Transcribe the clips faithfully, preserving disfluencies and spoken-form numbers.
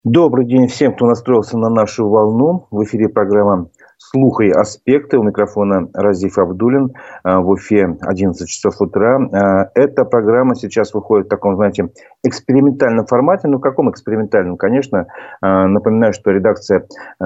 Добрый день всем, кто настроился на нашу волну. В эфире программа «Слух и аспекты». У микрофона Разиф Абдуллин. В Уфе одиннадцать часов утра. Эта программа сейчас выходит в таком, знаете, экспериментальном формате. Ну, в каком экспериментальном? Конечно, напоминаю, что редакция,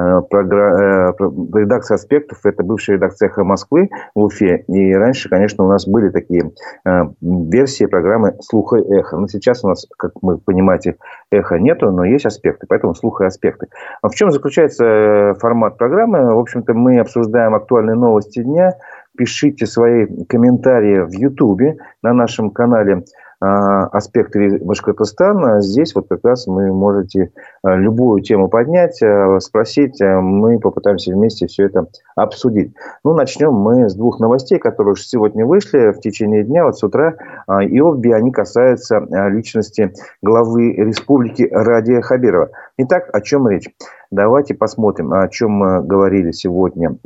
редакция «Аспектов» – это бывшая редакция «Эхо Москвы» в Уфе. И раньше, конечно, у нас были такие версии программы «Слух и эхо». Но сейчас у нас, как вы понимаете, эхо нету, но есть аспекты, поэтому слух и аспекты. А в чем заключается формат программы? В общем-то, мы обсуждаем актуальные новости дня. Пишите свои комментарии в Ютубе на нашем канале «Аспекты Башкортостана». Здесь вот как раз вы можете любую тему поднять, спросить. Мы попытаемся вместе все это обсудить. Ну, начнем мы с двух новостей, которые уже сегодня вышли в течение дня, вот с утра. И обе они касаются личности главы республики Радия Хабирова. Итак, о чем речь? Давайте посмотрим, о чем мы говорили сегодня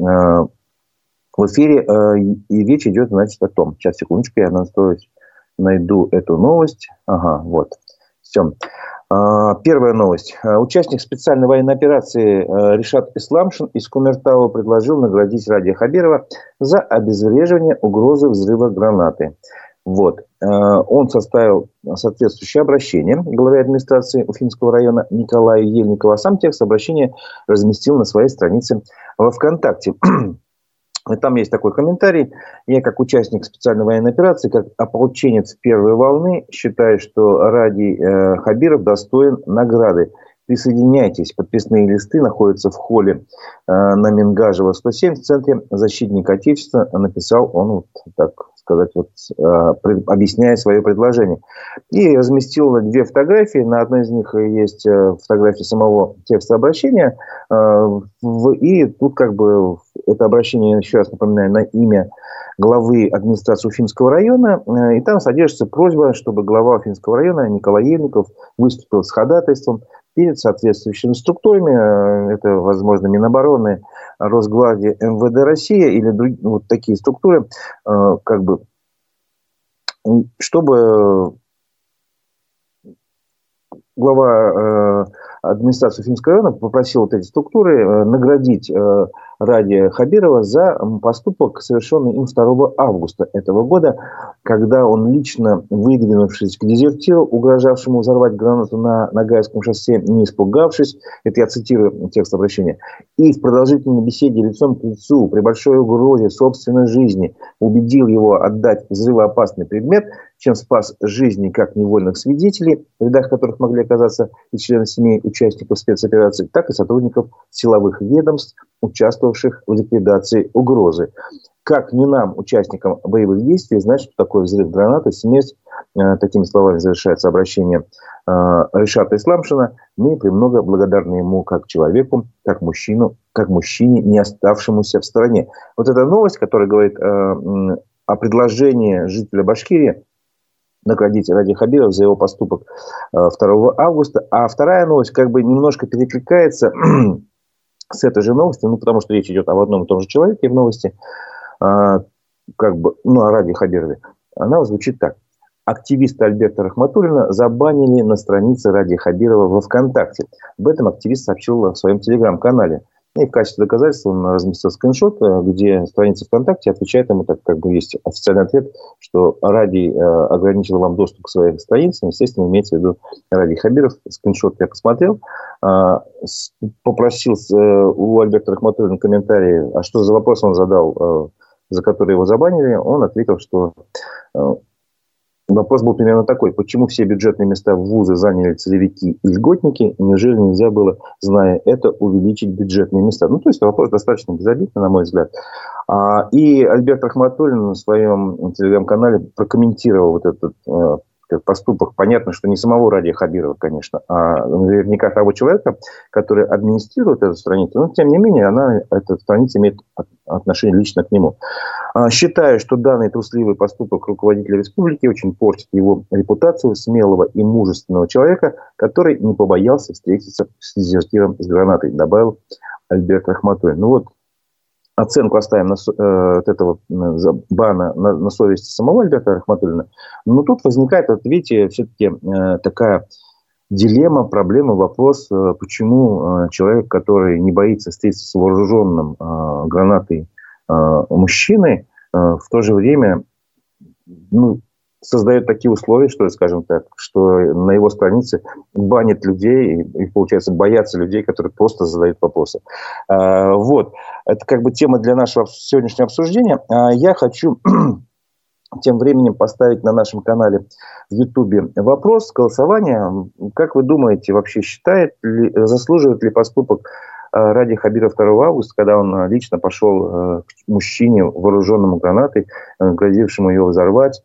в эфире. И речь идет, значит, о том. Сейчас, секундочку, я настроюсь. Найду эту новость. Ага, вот. Все. Первая новость. Участник специальной военной операции Ришат Исламшин из Кумертау предложил наградить Радия Хабирова за обезвреживание угрозы взрыва гранаты. Вот. Он составил соответствующее обращение главе администрации Уфимского района Николаю Ельникову. А сам текст обращения разместил на своей странице во ВКонтакте. И там есть такой комментарий. Я, как участник специальной военной операции, как ополченец первой волны, считаю, что Радий э, Хабиров достоин награды. Присоединяйтесь. Подписные листы находятся в холле э, на Мингажева сто семь в центре «Защитник Отечества». Написал он, вот, так сказать, вот, э, пред, объясняя свое предложение. И разместил две фотографии. На одной из них есть э, фотография самого текста обращения. Э, в, и тут как бы это обращение, еще раз напоминаю, на имя главы администрации Уфимского района. Э, и там содержится просьба, чтобы глава Уфимского района Николай Ельников выступил с ходатайством перед соответствующими структурами, это, возможно, Минобороны, Росгвардия, эм вэ дэ России или другие, вот такие структуры, как бы, чтобы глава администрации Уфимского района попросил вот эти структуры наградить Радия Хабирова за поступок, совершенный им второго августа этого года, когда он лично, выдвинувшись к дезертиру, угрожавшему взорвать гранату на Ногайском шоссе, не испугавшись, это я цитирую текст обращения, и в продолжительной беседе лицом к лицу, при большой угрозе собственной жизни, убедил его отдать взрывоопасный предмет, чем спас жизни как невольных свидетелей, в рядах которых могли оказаться и члены семей участников спецоперации, так и сотрудников силовых ведомств, участвовавших в ликвидации угрозы. Как не нам, участникам боевых действий, знать, что такое взрыв гранаты, смерть. Э, такими словами завершается обращение э, Ришата Исламшина. Мы премного благодарны ему как человеку, как мужчину, как мужчине, не оставшемуся в стороне. Вот эта новость, которая говорит э, о предложении жителя Башкирии наградить Радия Хабирова за его поступок второго августа. А вторая новость как бы немножко перекликается с этой же новостью, ну, потому что речь идет об одном и том же человеке в новости, как бы, ну, о Радии Хабирове. Она звучит так. Активиста Альберта Рахматуллина забанили на странице Радия Хабирова во ВКонтакте. Об этом активист сообщил в своем телеграм-канале. И в качестве доказательства он разместил скриншот, где страница ВКонтакте отвечает ему, так как бы есть официальный ответ, что Радий э, ограничил вам доступ к своей странице. Естественно, имеется в виду Радий Хабиров. Скриншот я посмотрел. Э, попросил э, у Альберта Рахматуллина комментарий, а что за вопрос он задал, э, за который его забанили. Он ответил, что... Э, Вопрос был примерно такой. Почему все бюджетные места в вузы заняли целевики и льготники? Неужели нельзя было, зная это, увеличить бюджетные места? Ну, то есть, вопрос достаточно безобидный, на мой взгляд. И Альберт Рахматуллин на своем телеграм-канале прокомментировал вот этот поступок. Понятно, что не самого Радия Хабирова, конечно, а наверняка того человека, который администрирует эту страницу. Но, тем не менее, она, эта страница имеет отношение лично к нему. Считаю, что данный трусливый поступок руководителя республики очень портит его репутацию смелого и мужественного человека, который не побоялся встретиться с дезертиром с гранатой, добавил Альберт Рахматуллин. Ну вот, оценку оставим на, э, от этого бана на, на совести самого Альберта Рахматуллина. Но тут возникает, вот видите, все-таки э, такая дилемма, проблема, вопрос, почему человек, который не боится встретиться с вооруженным гранатой мужчиной, в то же время ну, создает такие условия, что ли, скажем так, что на его странице банят людей и, получается, боятся людей, которые просто задают вопросы. Вот. Это как бы тема для нашего сегодняшнего обсуждения. Я хочу тем временем поставить на нашем канале в Ютубе вопрос, голосование. Как вы думаете, вообще считает ли, заслуживает ли поступок Ради Хабирова второго августа, когда он лично пошел к мужчине, вооруженному гранатой, грозившему ее взорвать,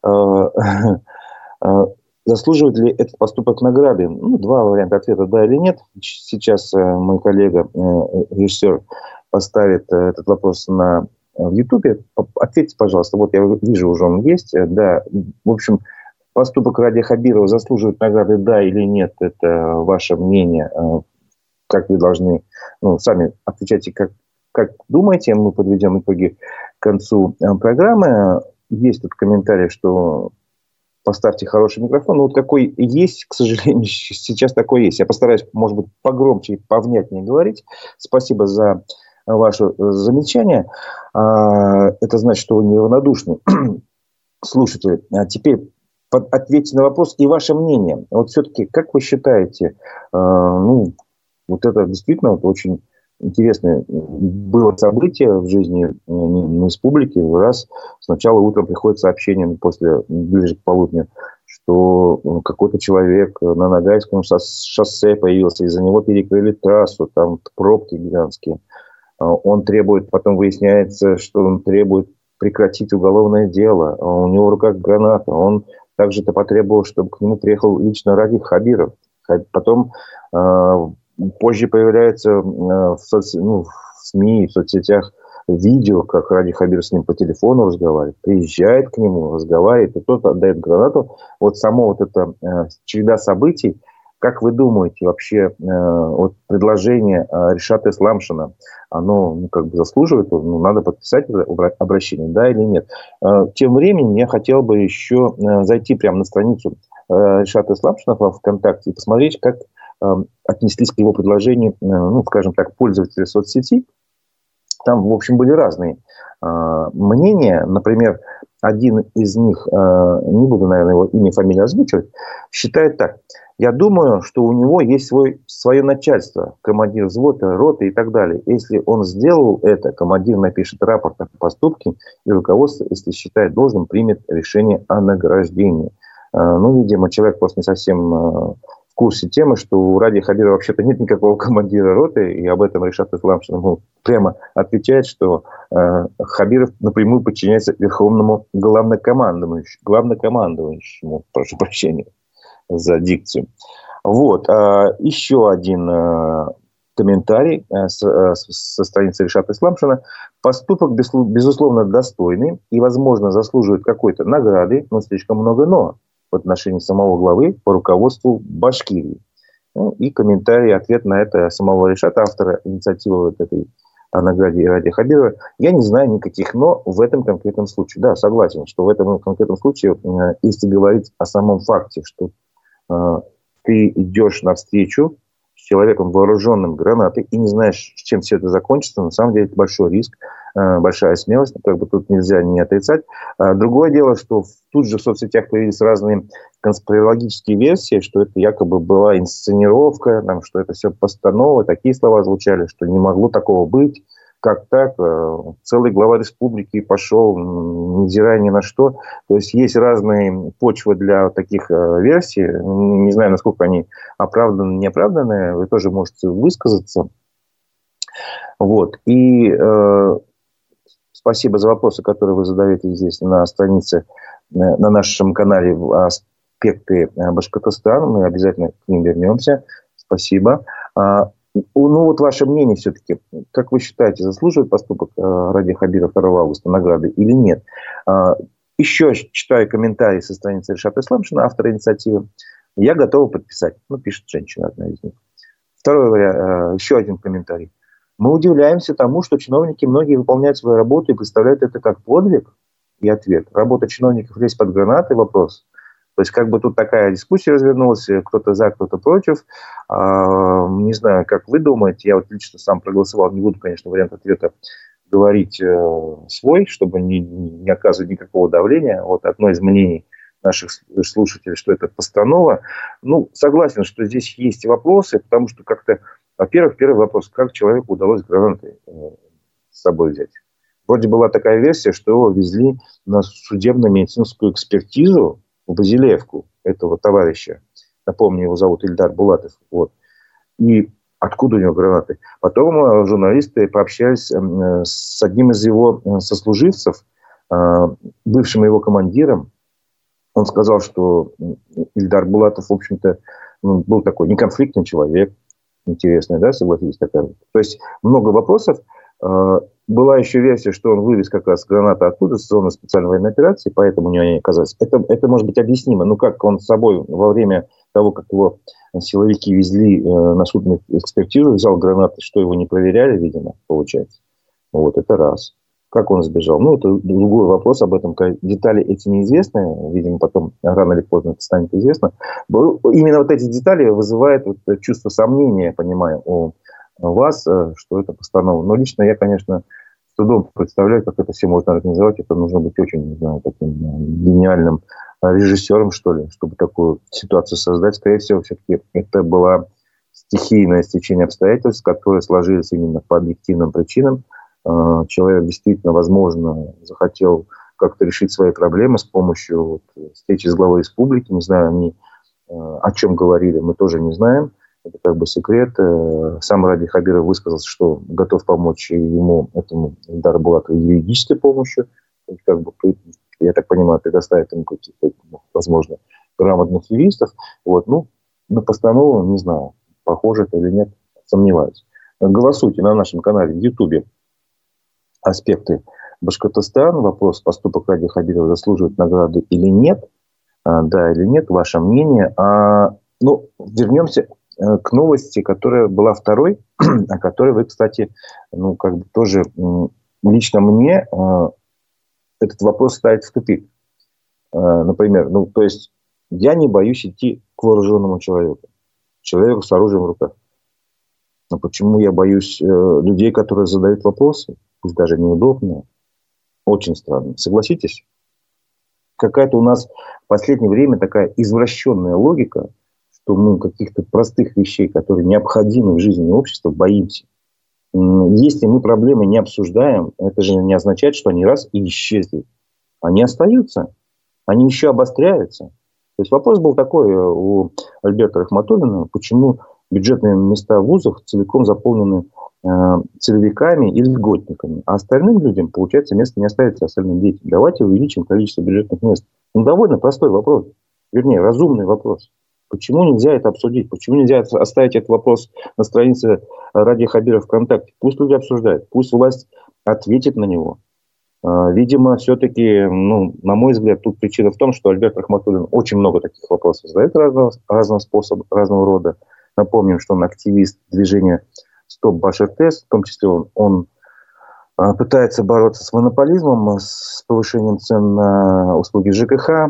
заслуживает ли этот поступок награды? Ну, два варианта ответа, да или нет. Сейчас мой коллега, режиссер, поставит этот вопрос на в Ютубе. Ответьте, пожалуйста. Вот я вижу, уже он есть. Да, в общем, поступок Ради Хабирова заслуживает награды, да или нет. Это ваше мнение. Как вы должны, ну, сами отвечайте, как, как думаете. Мы подведем итоги к концу программы. Есть тут комментарий, что поставьте хороший микрофон. Ну, вот какой есть, к сожалению, сейчас такой есть. Я постараюсь, может быть, погромче и повнятнее говорить. Спасибо за ваше замечание. Это значит, что вы неравнодушны. Слушатели, а теперь ответьте на вопрос и ваше мнение. Вот все-таки, как вы считаете, ну, вот это действительно вот очень интересное было событие в жизни республики. Раз сначала утром приходит сообщение, после, ближе к полудню, что какой-то человек на Ногайском шоссе появился, из-за него перекрыли трассу, там пробки гигантские. Он требует, потом выясняется, что он требует прекратить уголовное дело. У него в руках граната. Он также-то потребовал, чтобы к нему приехал лично Ради Хабиров. Потом э, позже появляется э, в, соц... ну, в СМИ, в соцсетях видео, как Ради Хабиров с ним по телефону разговаривает. Приезжает к нему, разговаривает, и тот отдает гранату. Вот само вот это э, череда событий. Как вы думаете, вообще э, вот предложение э, Ришата Исламшина, оно ну, как бы заслуживает, ну, надо подписать это обращение, да или нет? Э, тем временем я хотел бы еще э, зайти прямо на страницу э, Ришата Исламшина в ВКонтакте и посмотреть, как э, отнеслись к его предложению, э, ну, скажем так, пользователи соцсети. Там, в общем, были разные э, мнения. Например, один из них, э, не буду, наверное, его имя и фамилию озвучивать, считает так. Я думаю, что у него есть свой, свое начальство, командир взвода, роты и так далее. Если он сделал это, командир напишет рапорт о поступке, и руководство, если считает должным, примет решение о награждении. Ну, видимо, человек просто не совсем в курсе темы, что у Ради Хабирова вообще-то нет никакого командира роты, и об этом Ришат Исламшин ему прямо отвечает, что Хабиров напрямую подчиняется верховному главнокомандующему, главнокомандующему, прошу прощения за дикцию. Вот. Еще один комментарий со страницы Ришата Исламшина. Поступок, безусловно, достойный и, возможно, заслуживает какой-то награды, но слишком много «но» в отношении самого главы по руководству Башкирии. Ну, и комментарий, ответ на это самого Ришата, автора инициативы вот этой о награде Ради Хабирова. Я не знаю никаких «но» в этом конкретном случае. Да, согласен, что в этом конкретном случае, если говорить о самом факте, что ты идешь навстречу с человеком, вооруженным гранатой, и не знаешь, чем все это закончится. На самом деле это большой риск, большая смелость. Как бы тут нельзя не отрицать. Другое дело, что тут же в соцсетях появились разные конспирологические версии, что это якобы была инсценировка, там, что это все постанова. Такие слова звучали, что не могло такого быть. Как так? Целый глава республики пошел, невзирая ни на что. То есть есть разные почвы для таких версий. Не знаю, насколько они оправданы, не оправданы. Вы тоже можете высказаться. Вот. И э, спасибо за вопросы, которые вы задаете здесь на странице, на нашем канале «Аспекты Башкортостана». Мы обязательно к ним вернемся. Спасибо. Ну, вот ваше мнение все-таки. Как вы считаете, заслуживает поступок Ради Хабирова второго августа награды или нет? Еще читаю комментарии со страницы Ришата Исламшина, автора инициативы. Я готова подписать. Ну, пишет женщина, одна из них. Второй, еще один комментарий. Мы удивляемся тому, что чиновники многие выполняют свою работу и представляют это как подвиг. И ответ. Работа чиновников лезть под гранаты? Вопрос. То есть, как бы тут такая дискуссия развернулась, кто-то за, кто-то против. Не знаю, как вы думаете, я вот лично сам проголосовал, не буду, конечно, вариант ответа говорить свой, чтобы не, не оказывать никакого давления. Вот одно из мнений наших слушателей, что это постанова. Ну, согласен, что здесь есть вопросы, потому что как-то, во-первых, первый вопрос, как человеку удалось гранаты с собой взять. Вроде была такая версия, что его везли на судебно-медицинскую экспертизу в Базилевку этого товарища. Напомню, его зовут Ильдар Булатов. Вот. И откуда у него гранаты? Потом журналисты пообщались с одним из его сослуживцев, бывшим его командиром. Он сказал, что Ильдар Булатов, в общем-то, был такой неконфликтный человек. Интересный, да, согласитесь, такая. То есть много вопросов. Была еще версия, что он вывез как раз гранаты оттуда, с зоны специальной военной операции, поэтому у него они оказались. Это, это может быть объяснимо. Ну, как он с собой во время того, как его силовики везли на судную экспертизу, взял гранаты, что его не проверяли, видимо, получается. Вот, это раз. Как он сбежал? Ну, это другой вопрос, об этом детали эти неизвестны. Видимо, потом рано или поздно это станет известно. Именно вот эти детали вызывают вот чувство сомнения, я понимаю, у вас, что это постанова. Но лично я, конечно, с трудом представляю, как это все можно организовать. Это нужно быть очень, не знаю, таким гениальным режиссером, что ли, чтобы такую ситуацию создать. Скорее всего, все-таки это было стихийное стечение обстоятельств, которые сложились именно по объективным причинам. Человек действительно, возможно, захотел как-то решить свои проблемы с помощью вот встречи с главой республики. Не знаю, они о чем говорили, мы тоже не знаем. Это как бы секрет. Сам Ради Хабиров высказался, что готов помочь ему, этому Ильдару Булатову, юридической помощью. Как бы, я так понимаю, предоставит ему каких-то, возможно, грамотных юристов. Вот. Ну, на постанову, не знаю, похоже это или нет, сомневаюсь. Голосуйте на нашем канале в Ютубе. Аспекты Башкортостана. Вопрос, поступок Ради Хабирова заслуживает награды или нет. А, да или нет, ваше мнение. А, ну, вернемся к новости, которая была второй, о которой вы, кстати, ну, как бы тоже лично мне э, этот вопрос ставит в тупик. Э, например, ну, то есть я не боюсь идти к вооруженному человеку, человеку с оружием в руках. Но почему я боюсь э, людей, которые задают вопросы, пусть даже неудобные? Очень странно. Согласитесь? Какая-то у нас в последнее время такая извращенная логика, что мы каких-то простых вещей, которые необходимы в жизни общества, боимся. Если мы проблемы не обсуждаем, это же не означает, что они раз и исчезли. Они остаются. Они еще обостряются. То есть вопрос был такой у Альберта Рахматуллина, почему бюджетные места в вузах целиком заполнены э, целевиками и льготниками, а остальным людям, получается, место не оставится, остальным детям. Давайте увеличим количество бюджетных мест. Ну, довольно простой вопрос. Вернее, разумный вопрос. Почему нельзя это обсудить? Почему нельзя оставить этот вопрос на странице Ради Хабирова ВКонтакте? Пусть люди обсуждают, пусть власть ответит на него. Видимо, все-таки, ну, на мой взгляд, тут причина в том, что Альберт Рахматуллин очень много таких вопросов задает разного, разного способа, разного рода. Напомним, что он активист движения «Стоп Башир-Тест», в том числе он, он пытается бороться с монополизмом, с повышением цен на услуги ЖКХ.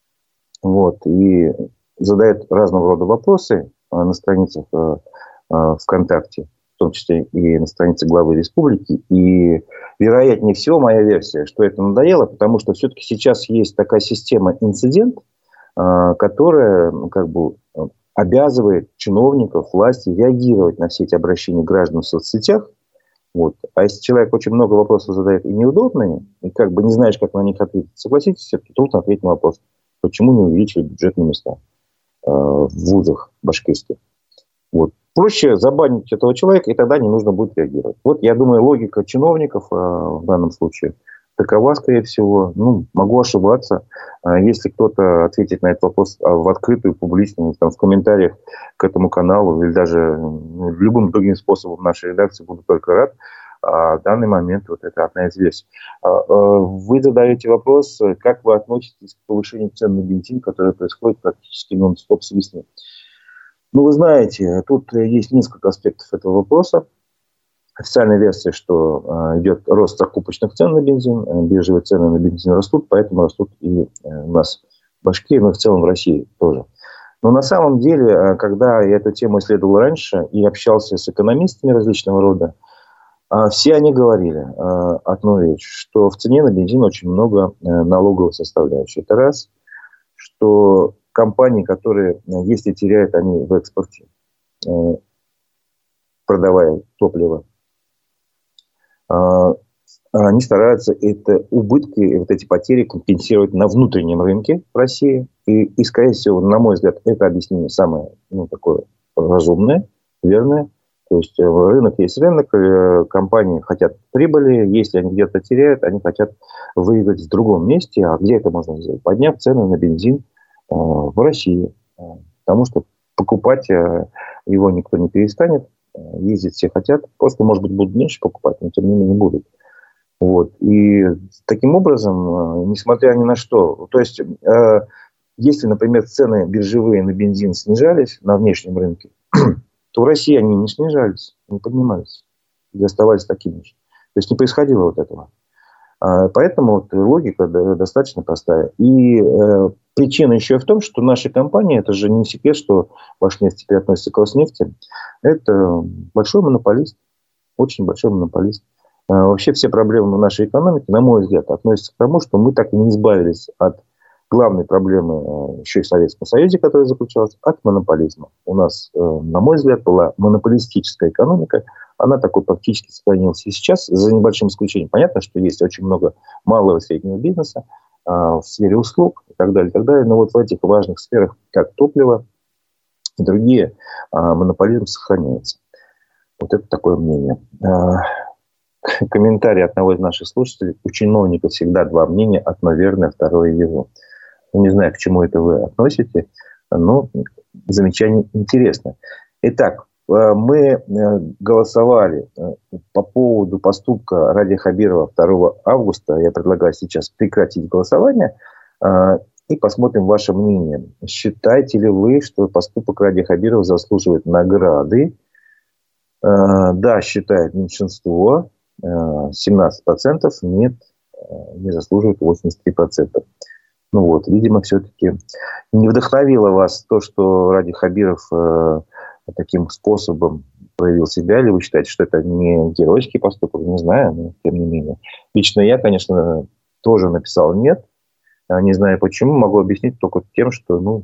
Вот, и задает разного рода вопросы на страницах ВКонтакте, в том числе и на странице главы республики. И, вероятнее всего, моя версия, что это надоело, потому что все-таки сейчас есть такая система инцидент, которая, как бы, обязывает чиновников, власти реагировать на все эти обращения граждан в соцсетях. Вот. А если человек очень много вопросов задает и неудобные, и как бы не знаешь, как на них ответить, согласитесь, все-таки трудно ответить на вопрос, почему не увеличили бюджетные места э, в вузах башкирских. Вот. Проще забанить этого человека, и тогда не нужно будет реагировать. Вот, я думаю, логика чиновников э, в данном случае такова, скорее всего. Ну, могу ошибаться. Если кто-то ответит на этот вопрос в открытую, публичную, там, в комментариях к этому каналу или даже ну, любым другим способом нашей редакции, буду только рад. А в данный момент вот это одна из версий. Вы задаете вопрос, как вы относитесь к повышению цен на бензин, которое происходит практически нон-стоп с весны. Ну, вы знаете, тут есть несколько аспектов этого вопроса. Официальная версия, что э, идет рост закупочных цен на бензин, э, биржевые цены на бензин растут, поэтому растут и э, у нас Башкирии, но и в целом в России тоже. Но на самом деле, когда я эту тему исследовал раньше и общался с экономистами различного рода, все они говорили одну вещь, что в цене на бензин очень много налоговой составляющей. Это раз, что компании, которые, если теряют они в экспорте, продавая топливо, они стараются это убытки, вот эти потери компенсировать на внутреннем рынке России. И, и, скорее всего, на мой взгляд, это объяснение самое ну, такое разумное, верное. То есть рынок есть рынок, компании хотят прибыли, если они где-то теряют, они хотят выиграть в другом месте. А где это можно сделать? Подняв цены на бензин в России. Потому что покупать его никто не перестанет. Ездить все хотят. Просто, может быть, будут меньше покупать, но тем не менее будут. Вот. И таким образом, несмотря ни на что, то есть, э, если, например, цены биржевые на бензин снижались на внешнем рынке, то в России они не снижались, не поднимались и оставались такими же. То есть не происходило вот этого. А, поэтому вот логика достаточно простая. И э, причина еще в том, что наши компании, это же не секрет, что Башнефть теперь относится к Роснефти, это большой монополист, очень большой монополист. Вообще все проблемы в нашей экономике, на мой взгляд, относятся к тому, что мы так и не избавились от главной проблемы еще и в Советском Союзе, которая заключалась, от монополизма. У нас, на мой взгляд, была монополистическая экономика. Она такой практически сохранилась и сейчас, за небольшим исключением. Понятно, что есть очень много малого и среднего бизнеса в сфере услуг и так далее, и так далее. Но вот в этих важных сферах, как топливо и другие, монополизм сохраняется. Вот это такое мнение. Комментарий одного из наших слушателей. У чиновника всегда два мнения. Одно верное, второе его. Не знаю, к чему это вы относите, но замечание интересно. Итак, мы голосовали по поводу поступка Ради Хабирова второго августа. Я предлагаю сейчас прекратить голосование и посмотрим ваше мнение. Считаете ли вы, что поступок Ради Хабирова заслуживает награды? Да, считает меньшинство. семнадцать процентов, нет, не заслуживает восемьдесят три процента. Ну вот, видимо, все-таки не вдохновило вас то, что Ради Хабиров э, таким способом проявил себя, или вы считаете, что это не геройский поступок, не знаю, но тем не менее. Лично я, конечно, тоже написал нет, не знаю почему, могу объяснить только тем, что, ну,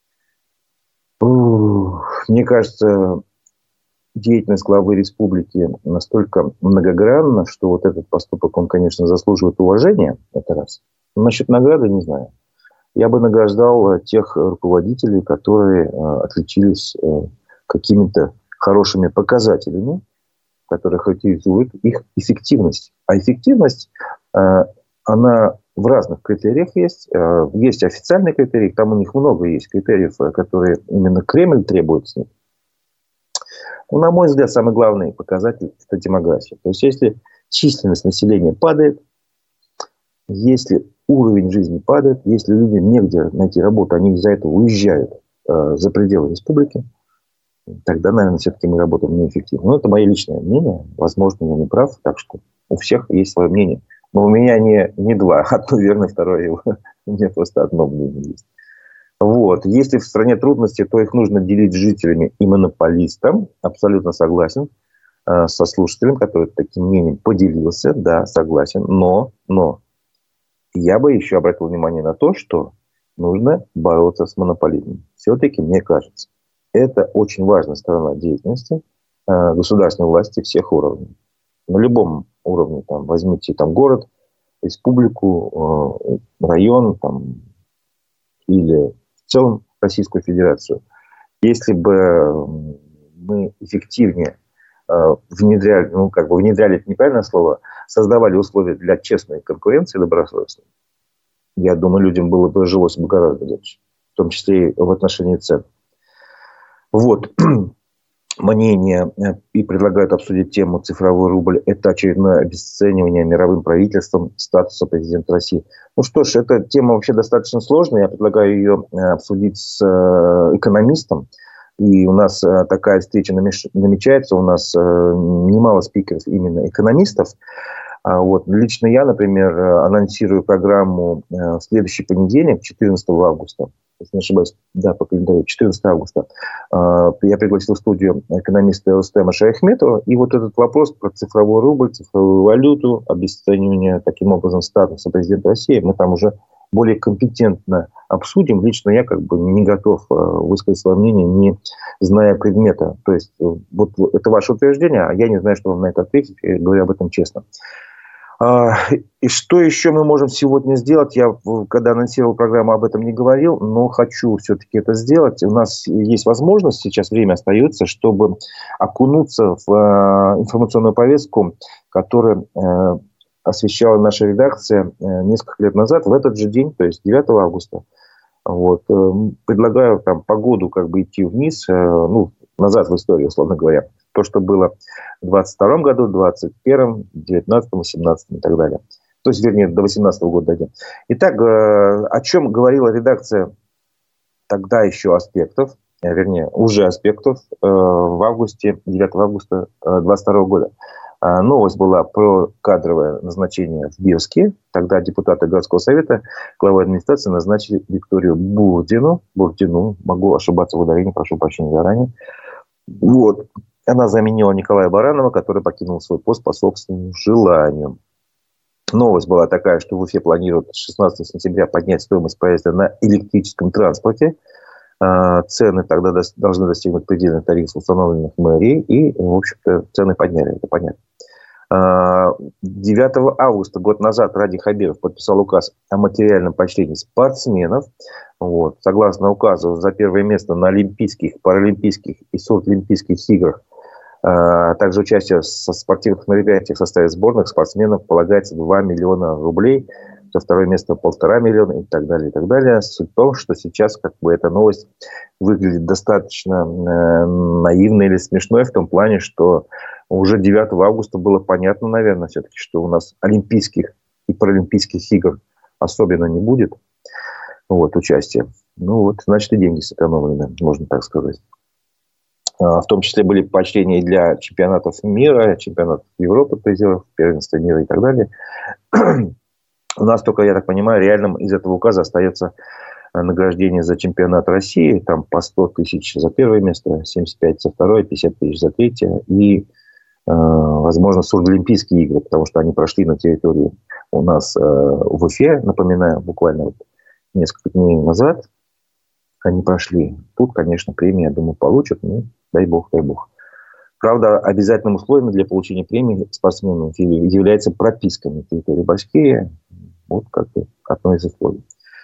мне кажется, деятельность главы республики настолько многогранна, что вот этот поступок, он, конечно, заслуживает уважения. Это раз. Но насчет награды не знаю. Я бы награждал тех руководителей, которые отличились какими-то хорошими показателями, которые характеризуют их эффективность. А эффективность, она в разных критериях есть. Есть официальные критерии, там у них много есть критериев, которые именно Кремль требует с них. Ну, на мой взгляд, самый главный показатель – это демография. То есть, если численность населения падает, если уровень жизни падает, если людям негде найти работу, они из-за этого уезжают э, за пределы республики, тогда, наверное, все-таки мы работаем неэффективно. Но это мое личное мнение. Возможно, я не прав. Так что у всех есть свое мнение. Но у меня не, не два. Одно верно, второе его. У меня просто одно мнение есть. Вот. Если в стране трудности, то их нужно делить с жителями и монополистом. Абсолютно согласен э, со слушателем, который таким мнением поделился. Да, согласен. Но, но я бы еще обратил внимание на то, что нужно бороться с монополизмом. Все-таки, мне кажется, это очень важная сторона деятельности э, государственной власти всех уровней. На любом уровне. Там, возьмите там, город, республику, э, район там, или в целом Российскую Федерацию. Если бы мы эффективнее э, внедряли, ну, как бы внедряли, это неправильное слово, создавали условия для честной конкуренции добросовестной, я думаю, людям было бы жилось бы гораздо легче. В том числе и в отношении цен. Вот. Мнение и предлагают обсудить тему «Цифровой рубль». Это очередное обесценивание мировым правительством статуса президента России. Ну что ж, эта тема вообще достаточно сложная. Я предлагаю ее обсудить с экономистом. И у нас такая встреча намечается. У нас немало спикеров именно экономистов. Вот. Лично я, например, анонсирую программу в следующий понедельник, четырнадцатого августа, если не ошибаюсь, да, по календарю, четырнадцатого августа, я пригласил в студию экономиста Рустема Шаяхметова, и вот этот вопрос про цифровой рубль, цифровую валюту, обесценивание таким образом статуса президента России, мы там уже более компетентно обсудим. Лично я как бы не готов высказать свое мнение, не зная предмета. То есть вот это ваше утверждение, а я не знаю, что вам на это ответить, я говорю об этом честно. И что еще мы можем сегодня сделать? Я, когда анонсировал программу, об этом не говорил, но хочу все-таки это сделать. У нас есть возможность, сейчас время остается, чтобы окунуться в информационную повестку, которая освещала наша редакция несколько лет назад, в этот же день, то есть девятого августа. Вот. Предлагаю там по году как бы идти вниз, ну, назад в историю, условно говоря. То, что было в двадцать втором году, двадцать первом, девятнадцатом, семнадцатом и так далее. То есть, вернее, до восемнадцатого года дойдем. Итак, о чем говорила редакция тогда еще аспектов, вернее, уже аспектов в августе, девятого августа двадцать второго года. Новость была про кадровое назначение в Бирске. Тогда депутаты городского совета, главой администрации назначили Викторию Бурдину. Бурдину, могу ошибаться в ударении, прошу прощения заранее. Вот. Она заменила Николая Баранова, который покинул свой пост по собственному желанию. Новость была такая, что в Уфе планируют шестнадцатого сентября поднять стоимость проезда на электрическом транспорте. Цены тогда должны достигнуть предельных тарифов, установленных мэрией. И, в общем-то, цены подняли, это понятно. девятого августа, год назад, Ради Хабиров подписал указ о материальном поощрении спортсменов. Вот. Согласно указу, за первое место на Олимпийских, Паралимпийских и Сурдлимпийских играх, а также участие в спортивных мероприятиях в составе сборных спортсменов полагается два миллиона рублей, за второе место полтора миллиона и так далее, и так далее. Суть в том, что сейчас как бы эта новость выглядит достаточно э, наивной или смешной в том плане, что уже девятого августа было понятно, наверное, все-таки, что у нас Олимпийских и Паралимпийских игр особенно не будет, вот, участия. Ну вот, значит, и деньги сэкономлены, можно так сказать. В том числе были поощрения для чемпионатов мира, чемпионатов Европы, призеров, первенства мира и так далее. У нас только, я так понимаю, реальным из этого указа остается награждение за чемпионат России. Там по сто тысяч за первое место, семьдесят пять за второе, пятьдесят тысяч за третье. И, возможно, Сурдлимпийские игры, потому что они прошли на территории у нас в Уфе, напоминаю, буквально вот несколько дней назад они прошли. Тут, конечно, премии, я думаю, получат. Ну, дай бог, дай бог. Правда, обязательным условием для получения премии спортсменам является прописка на территории Башкирии. Вот как бы одно из условий.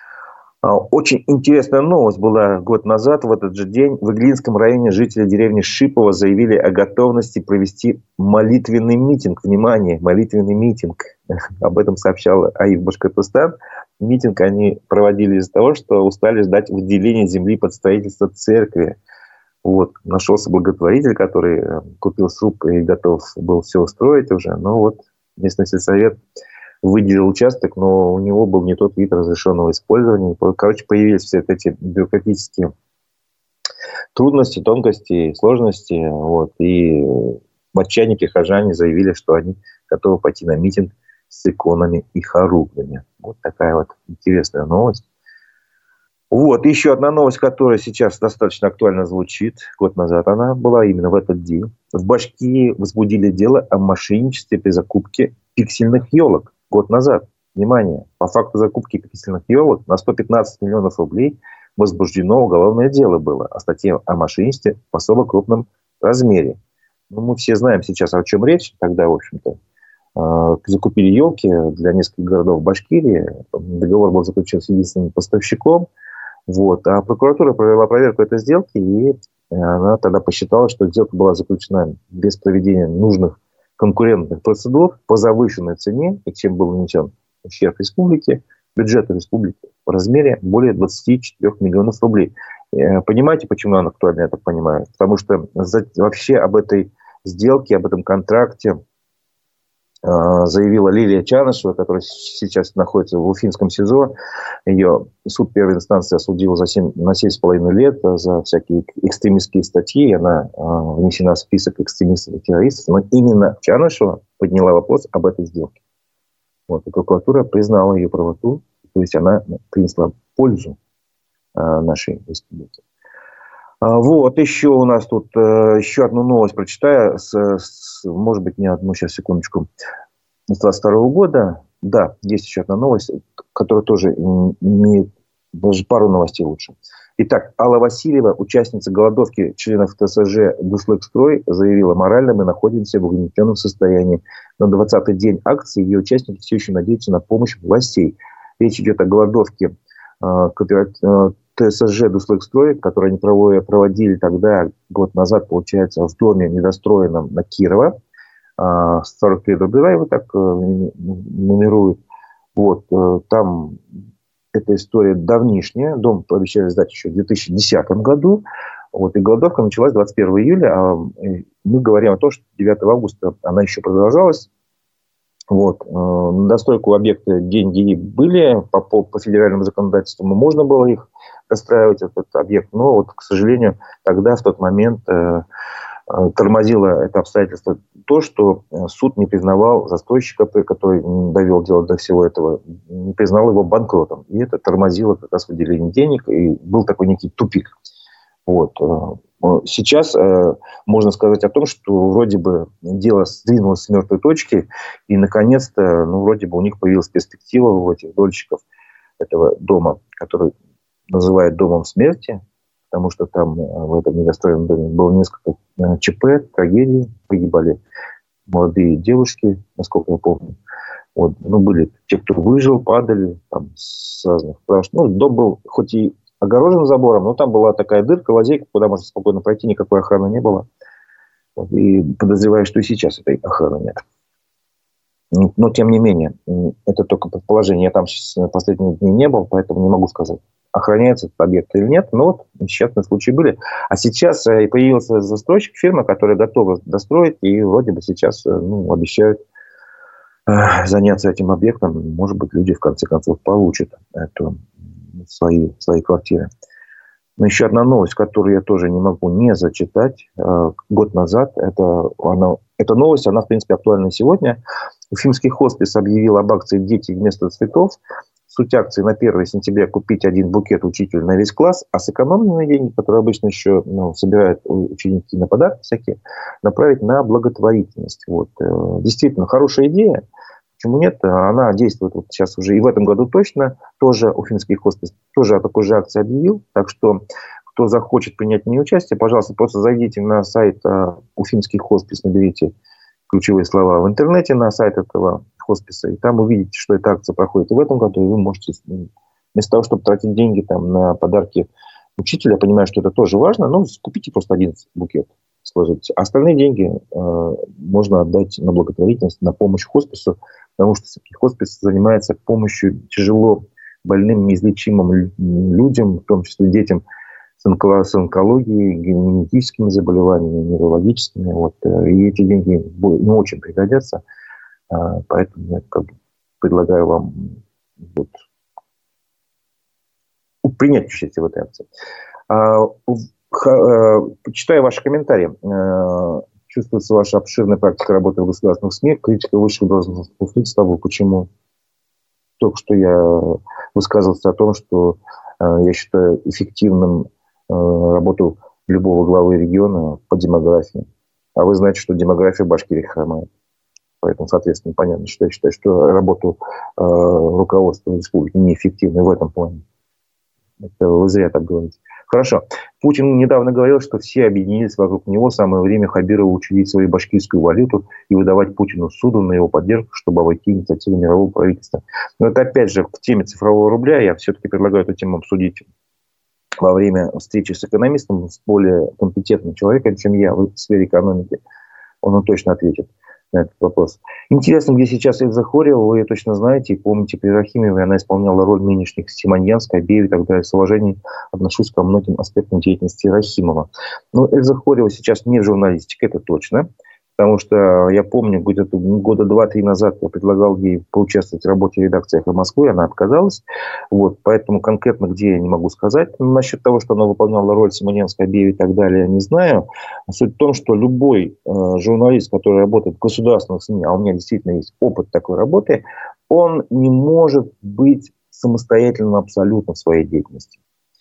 Очень интересная новость была год назад. В этот же день в Иглинском районе жители деревни Шипово заявили о готовности провести молитвенный митинг. Внимание, молитвенный митинг. Об этом сообщал АИФ Башкортостан. Митинг они проводили из-за того, что устали ждать выделения земли под строительство церкви. Вот. Нашелся благотворитель, который купил сруб и готов был все устроить уже. Но вот местный сельсовет выделил участок, но у него был не тот вид разрешенного использования. Короче, появились все эти бюрократические трудности, тонкости, сложности. Вот. И в отчаянии прихожане заявили, что они готовы пойти на митинг с иконами и хоругвями. Вот такая вот интересная новость. Вот, еще одна новость, которая сейчас достаточно актуально звучит. Год назад она была именно в этот день. В Башкирии возбудили дело о мошенничестве при закупке пиксельных елок. Год назад. Внимание, по факту закупки пиксельных елок на сто пятнадцать миллионов рублей возбуждено уголовное дело было о статье о мошенничестве в особо крупном размере. Ну, мы все знаем сейчас, о чем речь. Тогда, в общем-то, закупили елки для нескольких городов Башкирии. Договор был заключен с единственным поставщиком. Вот. А прокуратура провела проверку этой сделки, и она тогда посчитала, что сделка была заключена без проведения нужных конкурентных процедур по завышенной цене, и чем был нанесен ущерб республике, бюджету республики в размере более двадцати четырёх миллионов рублей. Понимаете, почему она актуальна, я так понимаю? Потому что вообще об этой сделке, об этом контракте заявила Лилия Чанышева, которая сейчас находится в Уфимском СИЗО. Ее суд первой инстанции осудил за семь, на семь с половиной лет за всякие экстремистские статьи. Она внесена в список экстремистов и террористов. Но именно Чанышева подняла вопрос об этой сделке. Вот, и прокуратура признала ее правоту, то есть она принесла пользу э, нашей республике. А, вот, еще у нас тут, э, еще одну новость прочитаю, с, с, может быть, не одну, сейчас, секундочку, с двадцать второго года. Да, есть еще одна новость, которая тоже имеет даже пару новостей лучше. Итак, Алла Васильева, участница голодовки членов ТСЖ «Дуслэкстрой», заявила: морально мы находимся в угнетенном состоянии. На двадцатый день акции ее участники все еще надеются на помощь властей. Речь идет о голодовке э, кооператива ТСЖ «Дуслэкстрой», который они проводили тогда, год назад, получается, в доме недостроенном на Кирова. сорок три Дубера его так нумеруют. Вот, там эта история давнишняя. Дом пообещали сдать еще в две тысячи десятом году. Вот, и голодовка началась двадцать первого июля. А мы говорим о том, что девятого августа она еще продолжалась. Вот. На достройку объекта деньги были. По, по, по федеральному законодательству можно было их достраивать, этот объект. Но, вот, к сожалению, тогда, в тот момент, тормозило это обстоятельство то, что суд не признавал застройщика, который довел дело до всего этого, не признал его банкротом. И это тормозило как раз выделение денег, и был такой некий тупик. Вот. Сейчас можно сказать о том, что вроде бы дело сдвинулось с мертвой точки, и наконец-то, ну, вроде бы у них появилась перспектива у этих дольщиков этого дома, который называют домом смерти, потому что там в этом недостроенном доме было несколько ЧП, трагедий, погибали молодые девушки, насколько я помню. Вот. Ну, были те, кто выжил, падали там, с разных. Потому что, ну, дом был хоть и огорожен забором, но там была такая дырка, лазейка, куда можно спокойно пройти, никакой охраны не было. Вот. И подозреваю, что и сейчас этой охраны нет. Но, тем не менее, это только предположение. Я там в последние дни не был, поэтому не могу сказать, охраняется этот объект или нет. Но вот несчастные случаи были. А сейчас появился застройщик, фирма, которая готова достроить. И вроде бы сейчас, ну, обещают заняться этим объектом. Может быть, люди в конце концов получат эту, свои, свои квартиры. Но еще одна новость, которую я тоже не могу не зачитать. Год назад, это, она, эта новость, она, в принципе, актуальна сегодня. Уфимский хоспис объявил об акции «Дети вместо цветов». Суть акции: на первое сентября купить один букет учителю на весь класс, а сэкономленные деньги, которые обычно еще, ну, собирают ученики на подарки всякие, направить на благотворительность. Вот. Действительно, хорошая идея. Почему нет? Она действует вот сейчас уже и в этом году точно. Тоже Уфимский хоспис тоже о такой же акции объявил. Так что, кто захочет принять в ней участие, пожалуйста, просто зайдите на сайт Уфимский хоспис, наберите ключевые слова в интернете на сайт этого хосписа, и там увидите, что эта акция проходит и в этом году, и вы можете, вместо того, чтобы тратить деньги там на подарки учителя, я понимаю, что это тоже важно, но купите просто один букет, сложите. А остальные деньги э, можно отдать на благотворительность, на помощь хоспису, потому что хоспис занимается помощью тяжело больным, неизлечимым людям, в том числе детям с онкологией, генетическими заболеваниями, неврологическими. Вот. И эти деньги не очень пригодятся. Поэтому я как бы предлагаю вам вот, принять участие в этой акции. Читаю ваши комментарии. Чувствуется ваша обширная практика работы в государственных СМИ, критика высших должностных лиц того, почему только что я высказывался о том, что я считаю эффективным работу любого главы региона по демографии. А вы знаете, что демография в Башкирии хромает. Поэтому, соответственно, понятно, что я считаю, что работу э, руководства республики неэффективной в этом плане. Это вы зря так говорите. Хорошо. Путин недавно говорил, что все объединились вокруг него. Самое время Хабирову учредить свою башкирскую валюту и выдавать Путину суду на его поддержку, чтобы обойти инициативу мирового правительства. Но это опять же в теме цифрового рубля. Я все-таки предлагаю эту тему обсудить во время встречи с экономистом, с более компетентным человеком, чем я в сфере экономики. Он вам точно ответит на этот вопрос. Интересно, где сейчас Эльза Хорьева, вы ее точно знаете и помните, при Рахимовой она исполняла роль нынешних Симоньянска, Абеева и так далее. С уважением отношусь ко многим аспектам деятельности Рахимова. Но Эльза Хорьева сейчас не в журналистике, это точно. Потому что я помню, где-то года два-три назад я предлагал ей поучаствовать в работе редакции «Эхо Москвы», она отказалась. Вот, поэтому конкретно где я не могу сказать. Но насчет того, что она выполняла роль Симоньянска, Абеева и так далее, я не знаю. Суть в том, что любой э, журналист, который работает в государственных СМИ, а у меня действительно есть опыт такой работы, он не может быть самостоятельным абсолютно в своей деятельности.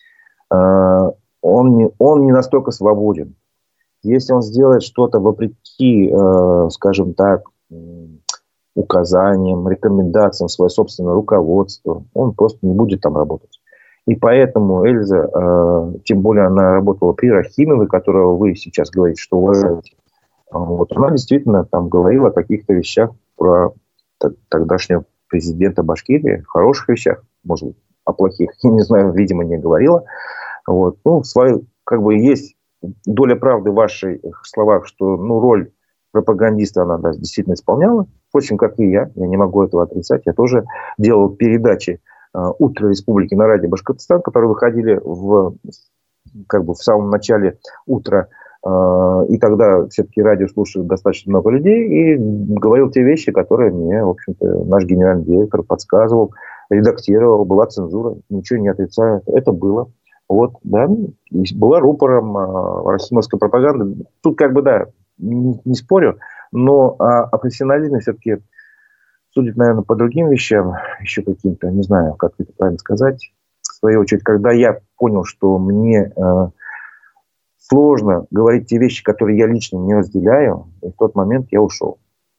Он не, он не настолько свободен. Если он сделает что-то вопреки, скажем так, указаниям, рекомендациям, свое собственное руководство, он просто не будет там работать. И поэтому Эльза, тем более она работала при Рахимовой, которого вы сейчас говорите, что уважаете, вот, она действительно там говорила о каких-то вещах про тогдашнего президента Башкирии, хороших вещах, может быть, о плохих, я не знаю, видимо, не говорила. Вот. Ну, свою, как бы есть доля правды в ваших словах, что ну, роль пропагандиста она да, действительно исполняла. Впрочем, как и я, я не могу этого отрицать. Я тоже делал передачи э, «Утро Республики» на радио Башкортостан, которые выходили в, как бы в самом начале утра. Э, и тогда все-таки радио слушали достаточно много людей. И говорил те вещи, которые мне, в общем-то, наш генеральный директор подсказывал, редактировал. Была цензура, ничего не отрицаю. Это было. Вот, да, была рупором э, рахимовской пропаганды. Тут как бы, да, не, не спорю, но а, о профессионализме все-таки судят, наверное, по другим вещам, еще каким-то, не знаю, как это правильно сказать. В свою очередь, когда я понял, что мне э, сложно говорить те вещи, которые я лично не разделяю, и в тот момент я ушел.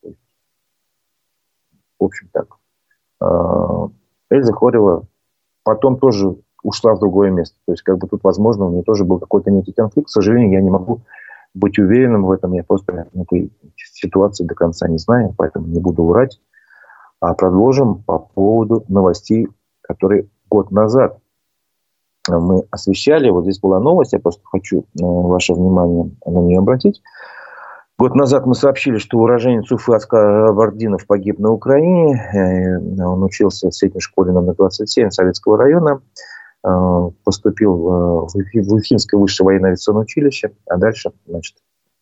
В общем, так. Э, Эльза Хорева потом тоже ушла в другое место. То есть, как бы тут, возможно, у нее тоже был какой-то некий конфликт. К сожалению, я не могу быть уверенным в этом. Я просто этой ситуации до конца не знаю, поэтому не буду врать. А продолжим по поводу новостей, которые год назад мы освещали. Вот здесь была новость, я просто хочу ваше внимание на нее обратить. Год назад мы сообщили, что уроженец Уфы Оскар Абардинов погиб на Украине. Он учился в средней школе номер двадцать семь Советского района. Поступил в Уфимское высшее военно-авиационное училище, а дальше, значит,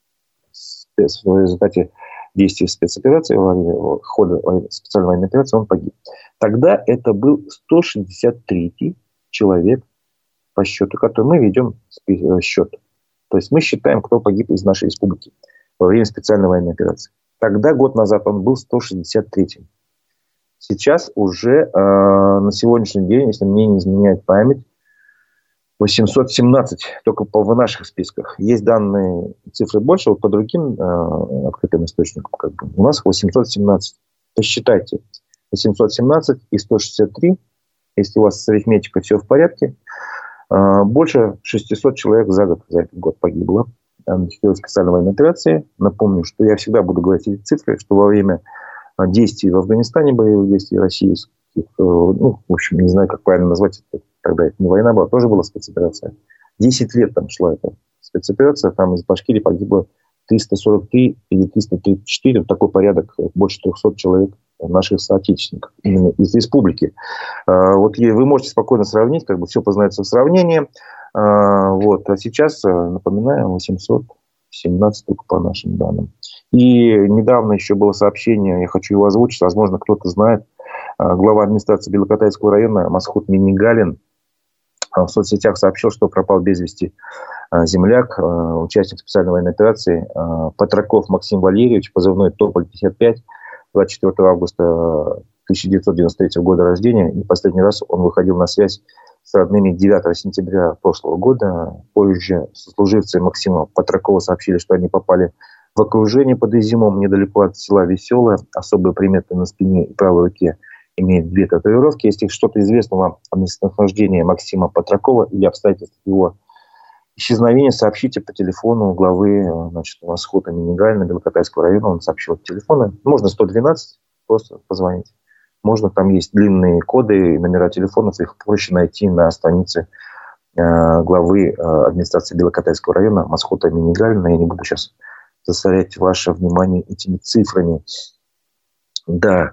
в результате действий спецоперации, хода специальной военной операции, он погиб. Тогда это был сто шестьдесят третий человек по счету, который мы ведем счет. То есть мы считаем, кто погиб из нашей республики во время специальной военной операции. Тогда, год назад, он был сто шестьдесят третьим. Сейчас уже э, на сегодняшний день, если мне не изменяет память, восемьсот семнадцать только по, в наших списках. Есть данные, цифры больше, вот по другим э, открытым источникам. Как бы. У нас восемьсот семнадцать. Посчитайте. восемьсот семнадцать и сто шестьдесят три. Если у вас с арифметикой все в порядке, э, больше шестьсот человек за год, за этот год погибло в специальной военной операции. Напомню, что я всегда буду говорить эти цифры, что во время действий в Афганистане, боевых действий российских, ну, в общем, не знаю, как правильно назвать это, тогда это не война была, тоже была спецоперация. Десять лет там шла эта спецоперация, там из Башкирии погибло триста сорок три или триста тридцать четыре, в такой порядок, больше трехсот человек наших соотечественников, именно из республики. Вот вы можете спокойно сравнить, как бы все познается в сравнении. Вот. А сейчас, напоминаю, восемьсот семнадцать только по нашим данным. И недавно еще было сообщение, я хочу его озвучить, возможно, кто-то знает. Глава администрации Белокотайского района Масхут Минигалин в соцсетях сообщил, что пропал без вести земляк, участник специальной военной операции Патраков Максим Валерьевич, позывной Тополь пятьдесят пять, двадцать четвёртого августа тысяча девятьсот девяносто третьего года рождения. И последний раз он выходил на связь с родными девятого сентября прошлого года. Позже сослуживцы Максима Патракова сообщили, что они попали в окружение под Изюмом, недалеко от села Веселое. Особые приметы на спине и правой руке имеют две татуировки. Если что-то известно вам о местонахождении Максима Патракова или обстоятельств его исчезновения, сообщите по телефону главы, значит, Масхута Минигалина Белокотайского района. Он сообщил телефоны. Можно сто двенадцать просто позвонить. Можно, там есть длинные коды, номера телефонов, их проще найти на странице э, главы э, администрации Белокотайского района Масхута Минигалина. Я не буду сейчас засорять ваше внимание этими цифрами. Да.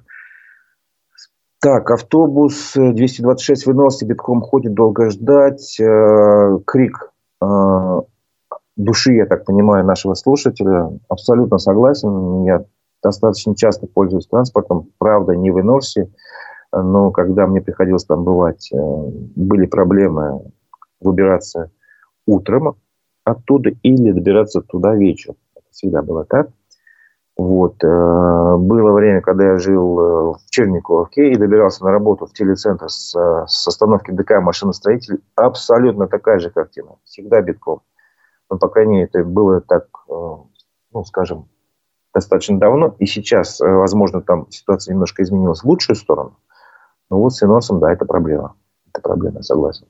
Так, автобус двести двадцать шесть выносится, битком ходит, долго ждать. Э, крик э, души, я так понимаю, нашего слушателя. Абсолютно согласен. Я достаточно часто пользуюсь транспортом. Правда, не в Инорсе. Но когда мне приходилось там бывать, были проблемы выбираться утром оттуда или добираться туда вечером. Это всегда было так. Вот. Было время, когда я жил в Черниковке и добирался на работу в телецентр с, с остановки ДК «Машиностроитель». Абсолютно такая же картина. Всегда битком. Ну, по крайней мере, это было так, ну, скажем, достаточно давно. И сейчас, возможно, там ситуация немножко изменилась в лучшую сторону. Но вот с инорсом, да, это проблема. Это проблема, согласен.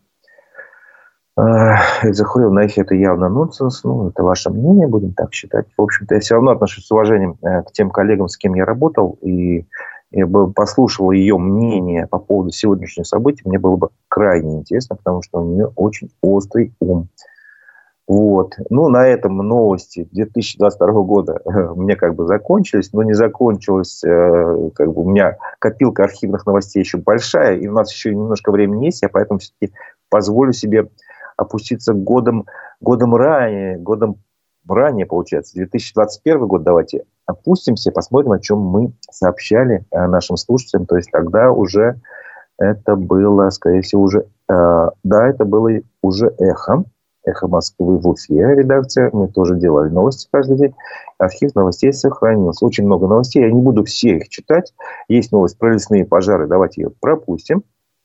Захурил на их, это явно нонсенс. Ну, это ваше мнение, будем так считать. В общем-то, я все равно отношусь с уважением к тем коллегам, с кем я работал. И я бы послушал ее мнение по поводу сегодняшних событий. Мне было бы крайне интересно, потому что у нее очень острый ум. Вот. Ну, на этом новости две тысячи двадцать второго года у меня как бы закончились, но не закончилась, как бы у меня копилка архивных новостей еще большая, и у нас еще немножко времени есть, я поэтому все-таки позволю себе опуститься годом, годом ранее, годом ранее, получается, две тысячи двадцать первый год, давайте опустимся, посмотрим, о чем мы сообщали нашим слушателям, то есть тогда уже это было, скорее всего, уже, да, это было уже эхо. «Эхо Москвы» в Уфе, редакция. Мы тоже делали новости каждый день. Архив новостей сохранился. Очень много новостей. Я не буду все их читать. Есть новость про лесные пожары. Давайте ее пропустим.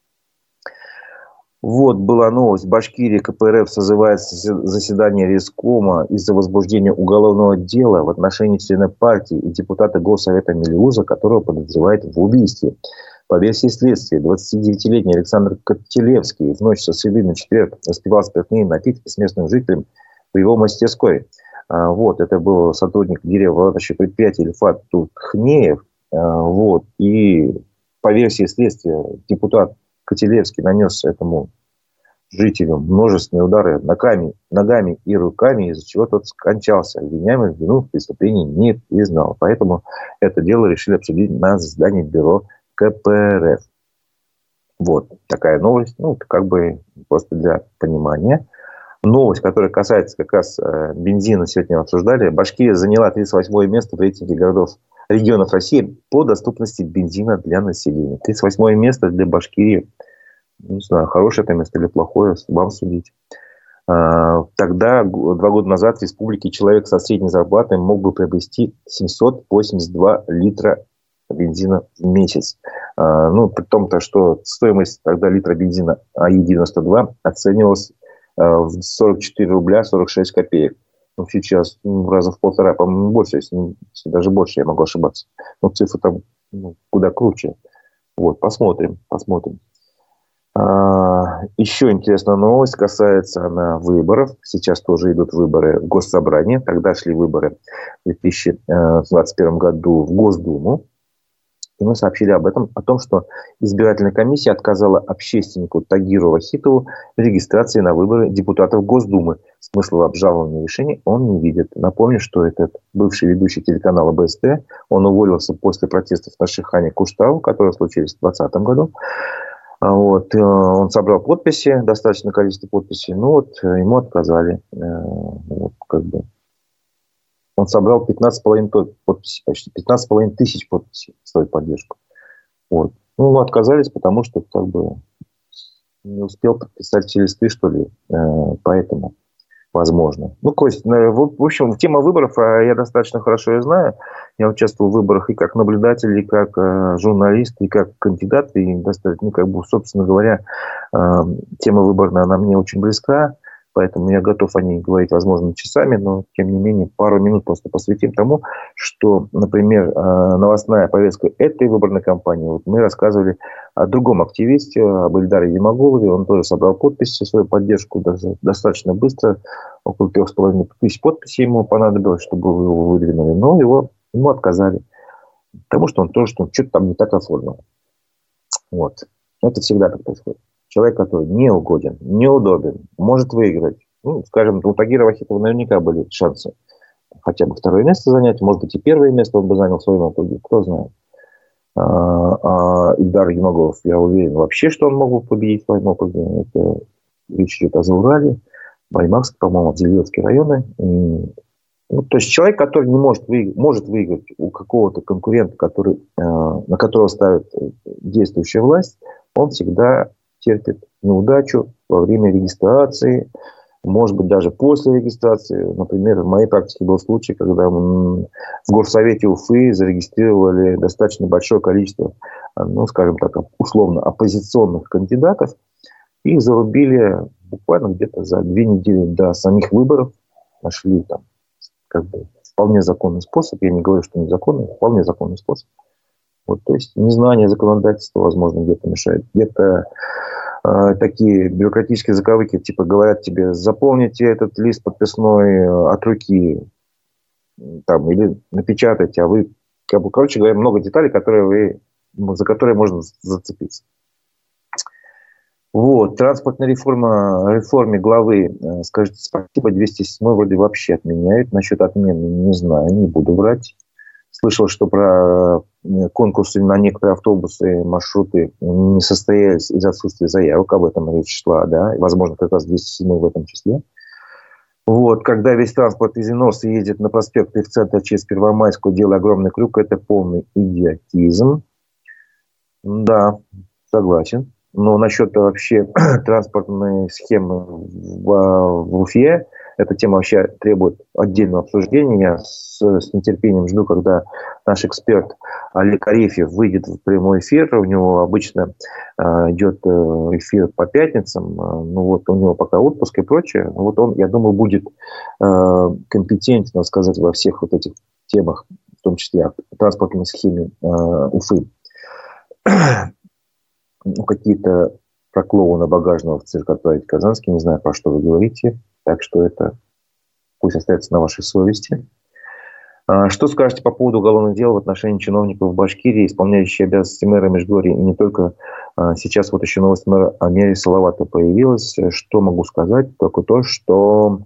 Вот была новость. В Башкирии ка пэ эр эф созывает заседание Рескома из-за возбуждения уголовного дела в отношении члена партии и депутата Госсовета Мелиуза, которого подозревают в убийстве. По версии следствия, двадцатидевятилетний Александр Коттелевский в ночь со среды на четверг распивал спиртные напитки с местным жителем в его мастерской. Вот, это был сотрудник деревообрабатывающего предприятия Ильфат Тухнеев. Вот, и по версии следствия депутат Коттелевский нанес этому жителю множественные удары ногами, ногами и руками, из-за чего тот скончался. Обвиняемый вину в преступлении не признал. Поэтому это дело решили обсудить на заседании бюро ка пэ эр эф. Вот такая новость. Ну, как бы просто для понимания. Новость, которая касается как раз э, бензина, сегодня обсуждали. Башкирия заняла тридцать восьмое место в рейтинге городов, регионов России по доступности бензина для населения. тридцать восьмое место для Башкирии. Не знаю, хорошее это место или плохое, вам судить. А, тогда, два года назад, в республике человек со средней зарплатой мог бы приобрести семьсот восемьдесят два литра бензина в месяц. А, ну, при том, -то, что стоимость тогда литра бензина а и девяносто два оценивалась а, в сорок четыре рубля сорок шесть копеек. Ну, сейчас ну, раза в полтора, по-моему, больше, если, если даже больше, я могу ошибаться. Но цифры там ну, куда круче. Вот, посмотрим, посмотрим. А, еще интересная новость, касается она выборов. Сейчас тоже идут выборы в Госсобрание. Тогда шли выборы в две тысячи двадцать первом году в Госдуму. И мы сообщили об этом, о том, что избирательная комиссия отказала общественнику Тагиру Вахитову в регистрации на выборы депутатов Госдумы. Смысла обжалования решения он не видит. Напомню, что этот бывший ведущий телеканала бэ эс тэ, он уволился после протестов на Шихане Куштау, которые случились в двадцатом году. Вот. Он собрал подписи, достаточное количество подписей, но вот ему отказали. Вот, как бы. Он собрал пятнадцать с половиной подписей, почти пятнадцать с половиной тысяч подписей в свою поддержку. Вот. Ну, ему отказались, потому что как бы не успел подписать все листы, что ли. Поэтому возможно. Ну, Кость, в общем, тема выборов я достаточно хорошо ее знаю. Я участвовал в выборах и как наблюдатель, и как журналист, и как кандидат. И достаточно, ну, как бы, собственно говоря, тема выборная, она мне очень близка. Поэтому я готов о ней говорить, возможно, часами, но, тем не менее, пару минут просто посвятим тому, что, например, новостная повестка этой выборной кампании, вот мы рассказывали о другом активисте, об Ильдаре Ямаголове. Он тоже собрал подписи, свою поддержку достаточно быстро. Около трех с половиной тысяч подписей ему понадобилось, чтобы его выдвинули. Но его, ему отказали. Потому что он тоже что что-то там не так оформил. Вот. Это всегда так происходит. Человек, который не угоден, неудобен, может выиграть. Ну, скажем, у Тагира Вахитова наверняка были шансы хотя бы второе место занять. Может быть, и первое место он бы занял в своем округе. Кто знает. А, а Ильдар Ямаголов, я уверен, вообще, что он мог бы победить в своем округе. Это речь идет о Заурале, Баймакск, по-моему, Зельевские районы. И, ну, то есть человек, который не может выиграть, может выиграть у какого-то конкурента, который, на которого ставит действующая власть, он всегда терпит неудачу во время регистрации, может быть, даже после регистрации. Например, в моей практике был случай, когда в Горсовете Уфы зарегистрировали достаточно большое количество, ну, скажем так, условно оппозиционных кандидатов. Их зарубили буквально где-то за две недели до самих выборов. Нашли там как бы вполне законный способ. Я не говорю, что незаконный, вполне законный способ. Вот, то есть незнание законодательства, возможно, где-то мешает. Где-то э, такие бюрократические заковыки, типа говорят тебе, заполните этот лист подписной от руки, там, или напечатайте, а вы, как бы, короче говоря, много деталей, которые вы, за которые можно зацепиться. Вот, транспортная реформа, реформе главы, скажите спасибо, двести седьмой вроде вообще отменяют. Насчет отмены не знаю, не буду врать. Слышал, что про конкурсы на некоторые автобусы, маршруты не состоялись из-за отсутствия заявок. Об этом речь шла, да. И, возможно, как раз двести седьмой в этом числе. Вот, когда весь транспорт из Иноса ездит на проспект и в центр через Первомайскую, делая огромный крюк, это полный идиотизм. Да, согласен. Но насчет вообще транспортной схемы в, в Уфе, эта тема вообще требует отдельного обсуждения. Я с, с нетерпением жду, когда наш эксперт Олег Арефьев выйдет в прямой эфир. У него обычно э, идет эфир по пятницам. Ну вот у него пока отпуск и прочее. Ну, вот он, я думаю, будет э, компетентен сказать во всех вот этих темах, в том числе о транспортной схеме э, Уфы. Ну, какие-то про клоуна багажного в цирк отправить Казанский. Не знаю, про что вы говорите. Так что это пусть остается на вашей совести. А, что скажете по поводу уголовных дел в отношении чиновников в Башкирии, исполняющих обязанности мэра Межгорья? И не только. А, сейчас вот еще новость мэра Амире Салавата появилась. Что могу сказать? Только то, что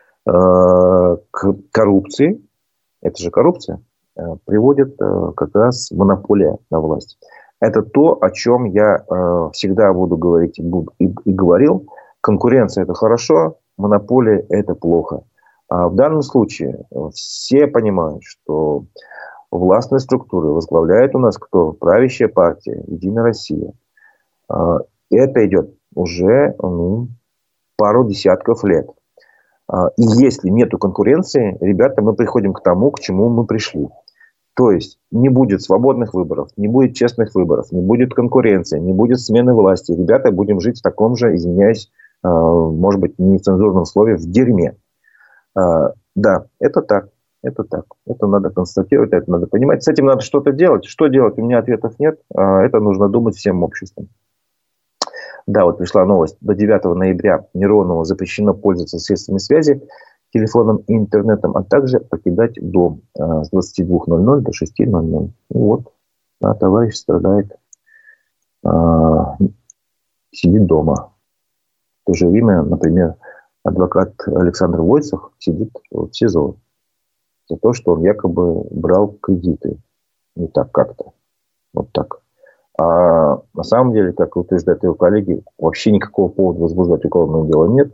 э, к коррупции, это же коррупция, э, приводит э, как раз монополия на власть. Это то, о чем я э, всегда буду говорить и, буду, и, и говорил. Конкуренция – это хорошо, монополия – это плохо. А в данном случае все понимают, что властные структуры возглавляет у нас кто? Правящая партия, Единая Россия. Э, это идет уже ну, пару десятков лет. Э, и если нет конкуренции, ребята, мы приходим к тому, к чему мы пришли. То есть не будет свободных выборов, не будет честных выборов, не будет конкуренции, не будет смены власти. Ребята, будем жить в таком же, извиняюсь, э, может быть, нецензурном слове, в дерьме. Э, да, это так, это так. Это надо констатировать, это надо понимать. С этим надо что-то делать. Что делать? У меня ответов нет. Э, это нужно думать всем обществом. Да, вот пришла новость. До девятого ноября Миронову запрещено пользоваться средствами связи, телефоном и интернетом, а также покидать дом с двадцати двух ноль-ноль до шести ноль-ноль. Ну вот, а товарищ страдает, а, сидит дома. В то же время, например, адвокат Александр Войцех сидит в СИЗО за то, что он якобы брал кредиты. Не так как-то. Вот так. А на самом деле, как утверждают его коллеги, вообще никакого повода возбуждать уголовное дело нет.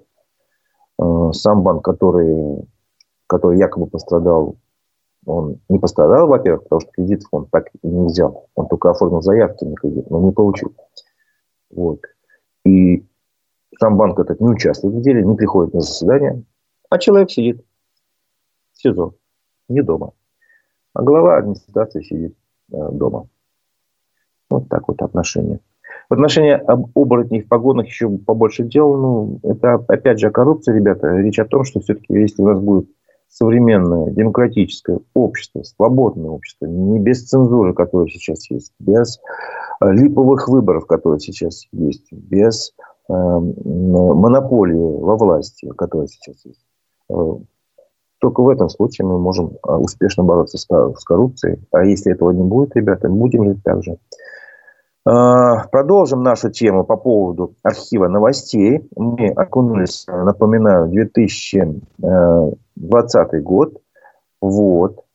Сам банк, который, который якобы пострадал, он не пострадал, во-первых, потому что кредит он так и не взял. Он только оформил заявки на кредит, но не получил. Вот. И сам банк этот не участвует в деле, не приходит на заседание, а человек сидит в СИЗО, не дома. А глава администрации сидит дома. Вот так вот отношения. В отношении оборотней в погонах еще побольше дел. Ну, это опять же о коррупции, ребята. Речь о том, что все-таки если у нас будет современное, демократическое общество, свободное общество, не без цензуры, которая сейчас есть, без липовых выборов, которые сейчас есть, без э, монополии во власти, которая сейчас есть. Только в этом случае мы можем успешно бороться с коррупцией. А если этого не будет, ребята, будем жить так же. Продолжим нашу тему по поводу архива новостей. Мы окунулись, напоминаю, две тысячи двадцатый год. Вот.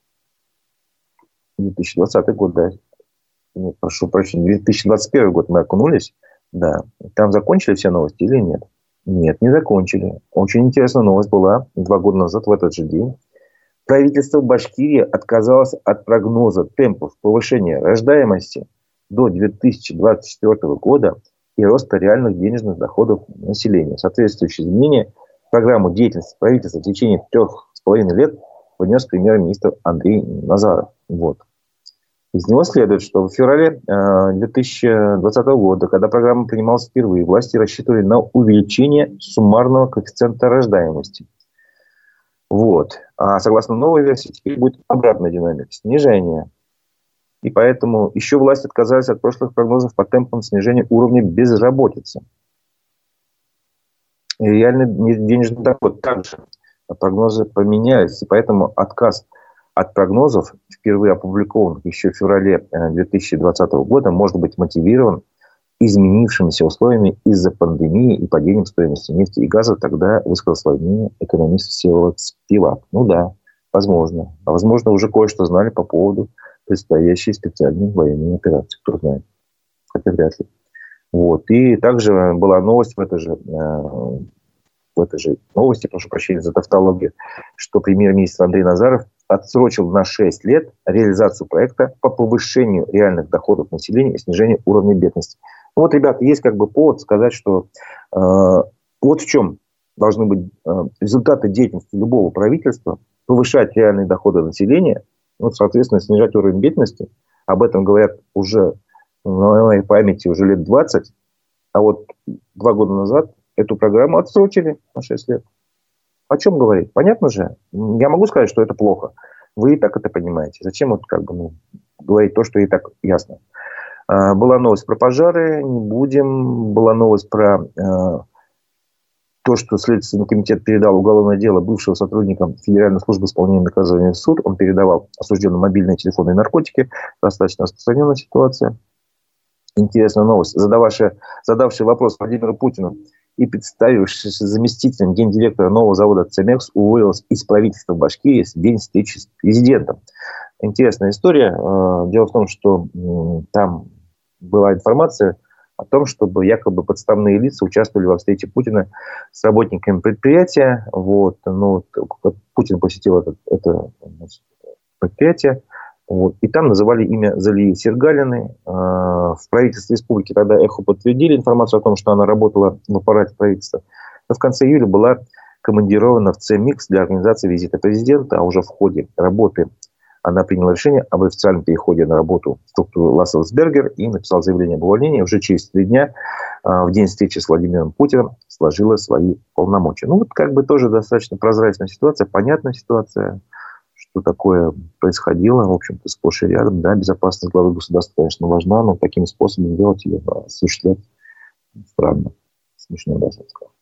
две тысячи двадцатый год, да. Нет, прошу прощения, две тысячи двадцать первый год мы окунулись. Да. Там закончили все новости или нет? Нет, не закончили. Очень интересная новость была два года назад, в этот же день. Правительство Башкирии отказалось от прогноза темпов повышения рождаемости до две тысячи двадцать четвёртого года и роста реальных денежных доходов населения. Соответствующие изменения программу деятельности правительства в течение трех с половиной лет внес премьер-министр Андрей Назаров. Вот. Из него следует, что в феврале две тысячи двадцатого года, когда программа принималась впервые, власти рассчитывали на увеличение суммарного коэффициента рождаемости. Вот. А согласно новой версии, теперь будет обратная динамика, снижение. И поэтому еще власти отказались от прошлых прогнозов по темпам снижения уровня безработицы. И реальный денежный доход также. Прогнозы поменялись, и поэтому отказ от прогнозов, впервые опубликованных еще в феврале две тысячи двадцатого года, может быть мотивирован изменившимися условиями из-за пандемии и падением стоимости нефти и газа. Тогда высказал свое мнение экономист Всеволод Спивак. Ну да, возможно. А возможно, уже кое-что знали по поводу предстоящей специальной военной операции. Кто знает. Хотя вряд ли. Вот. И также была новость в этой же... в этой же новости, прошу прощения за тавтологию, что премьер-министр Андрей Назаров отсрочил на шесть лет реализацию проекта по повышению реальных доходов населения и снижению уровня бедности. Ну вот, ребята, есть как бы повод сказать, что э, вот в чем должны быть э, результаты деятельности любого правительства: повышать реальные доходы населения, ну, соответственно, снижать уровень бедности. Об этом говорят уже, на моей памяти, уже лет двадцать, а вот два года назад эту программу отсрочили на шесть лет. О чем говорить? Понятно же. Я могу сказать, что это плохо. Вы и так это понимаете. Зачем вот как бы, ну, говорить то, что и так ясно? А, была новость про пожары. Не будем. Была новость про а, то, что Следственный комитет передал уголовное дело бывшего сотрудника Федеральной службы исполнения наказания в суд. Он передавал осужденным мобильные телефоны и наркотики. Достаточно распространенная ситуация. Интересная новость. Задававший, задавший вопрос Владимиру Путину и представившийся заместителем гендиректора нового завода «Цемекс» уволилась из правительства Башкирии в день встречи с президентом. Интересная история. Дело в том, что там была информация о том, чтобы якобы подставные лица участвовали во встрече Путина с работниками предприятия. Вот. Ну, Путин посетил это, это значит, предприятие. Вот. И там называли имя Залии Сергалиной. В правительстве республики тогда «Эхо» подтвердили информацию о том, что она работала в аппарате правительства. Но в конце июля была командирована в Цемикс для организации визита президента. А уже в ходе работы она приняла решение об официальном переходе на работу в структуру Лассельсбергер и написала заявление об увольнении. Уже через три дня, в день встречи с Владимиром Путиным, сложила свои полномочия. Ну, вот как бы тоже достаточно прозрачная ситуация, понятная ситуация. Что такое происходило, в общем-то, сплошь и рядом. Да, безопасность главы государства, конечно, важна, но таким способом делать ее осуществлять странно. Смешно, да, я сказал.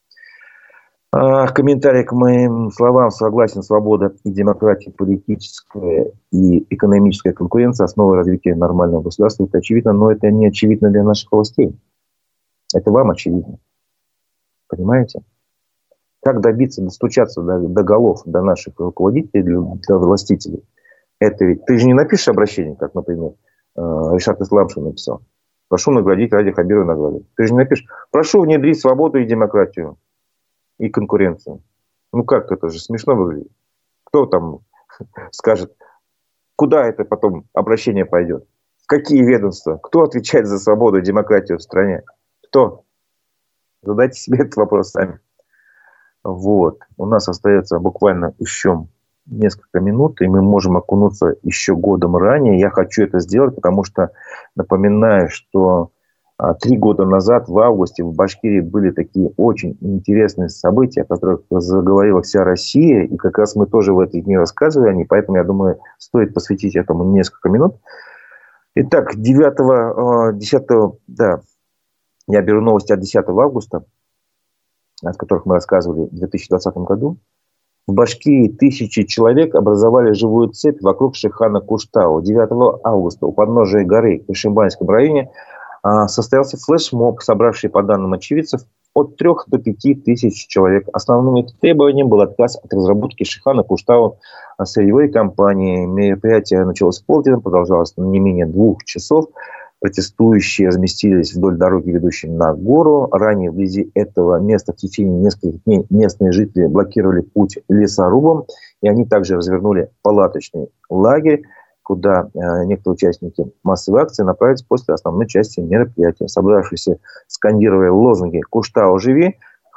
А, комментарий к моим словам: согласен, свобода и демократия, политическая и экономическая конкуренция — основа развития нормального государства. Это очевидно, но это не очевидно для наших властей. Это вам очевидно. Понимаете? Как добиться, достучаться до, до голов, до наших руководителей, до властителей? Это ведь... Ты же не напишешь обращение, как, например, Ришат Исламшин написал. Прошу наградить Ради Хабировой наградой. Ты же не напишешь: прошу внедрить свободу и демократию и конкуренцию. Ну как, это же смешно выглядит. Кто там скажет, куда это потом обращение пойдет? В какие ведомства? Кто отвечает за свободу и демократию в стране? Кто? Задайте себе этот вопрос сами. Вот. У нас остается буквально еще несколько минут, и мы можем окунуться еще годом ранее. Я хочу это сделать, потому что напоминаю, что а, три года назад, в августе, в Башкирии были такие очень интересные события, о которых заговорила вся Россия, и как раз мы тоже в эти дни рассказывали о них, поэтому, я думаю, стоит посвятить этому несколько минут. Итак, девятого, десятого, да, я беру новости от десятого августа, о которых мы рассказывали в две тысячи двадцатом году. В Башкирии тысячи человек образовали живую цепь вокруг Шихана Куштау. девятого августа у подножия горы в Ишимбайском районе состоялся флешмоб, собравший, по данным очевидцев, от трёх до пяти тысяч человек. Основным требованием был отказ от разработки Шихана Куштау сырьевой компании. Мероприятие началось в полдень, продолжалось не менее двух часов. Протестующие разместились вдоль дороги, ведущей на гору. Ранее вблизи этого места в течение нескольких дней местные жители блокировали путь лесорубам. И они также развернули палаточный лагерь, куда э, некоторые участники массовой акции направились после основной части мероприятия. Собравшиеся скандировали лозунги «Куштау, живи!»,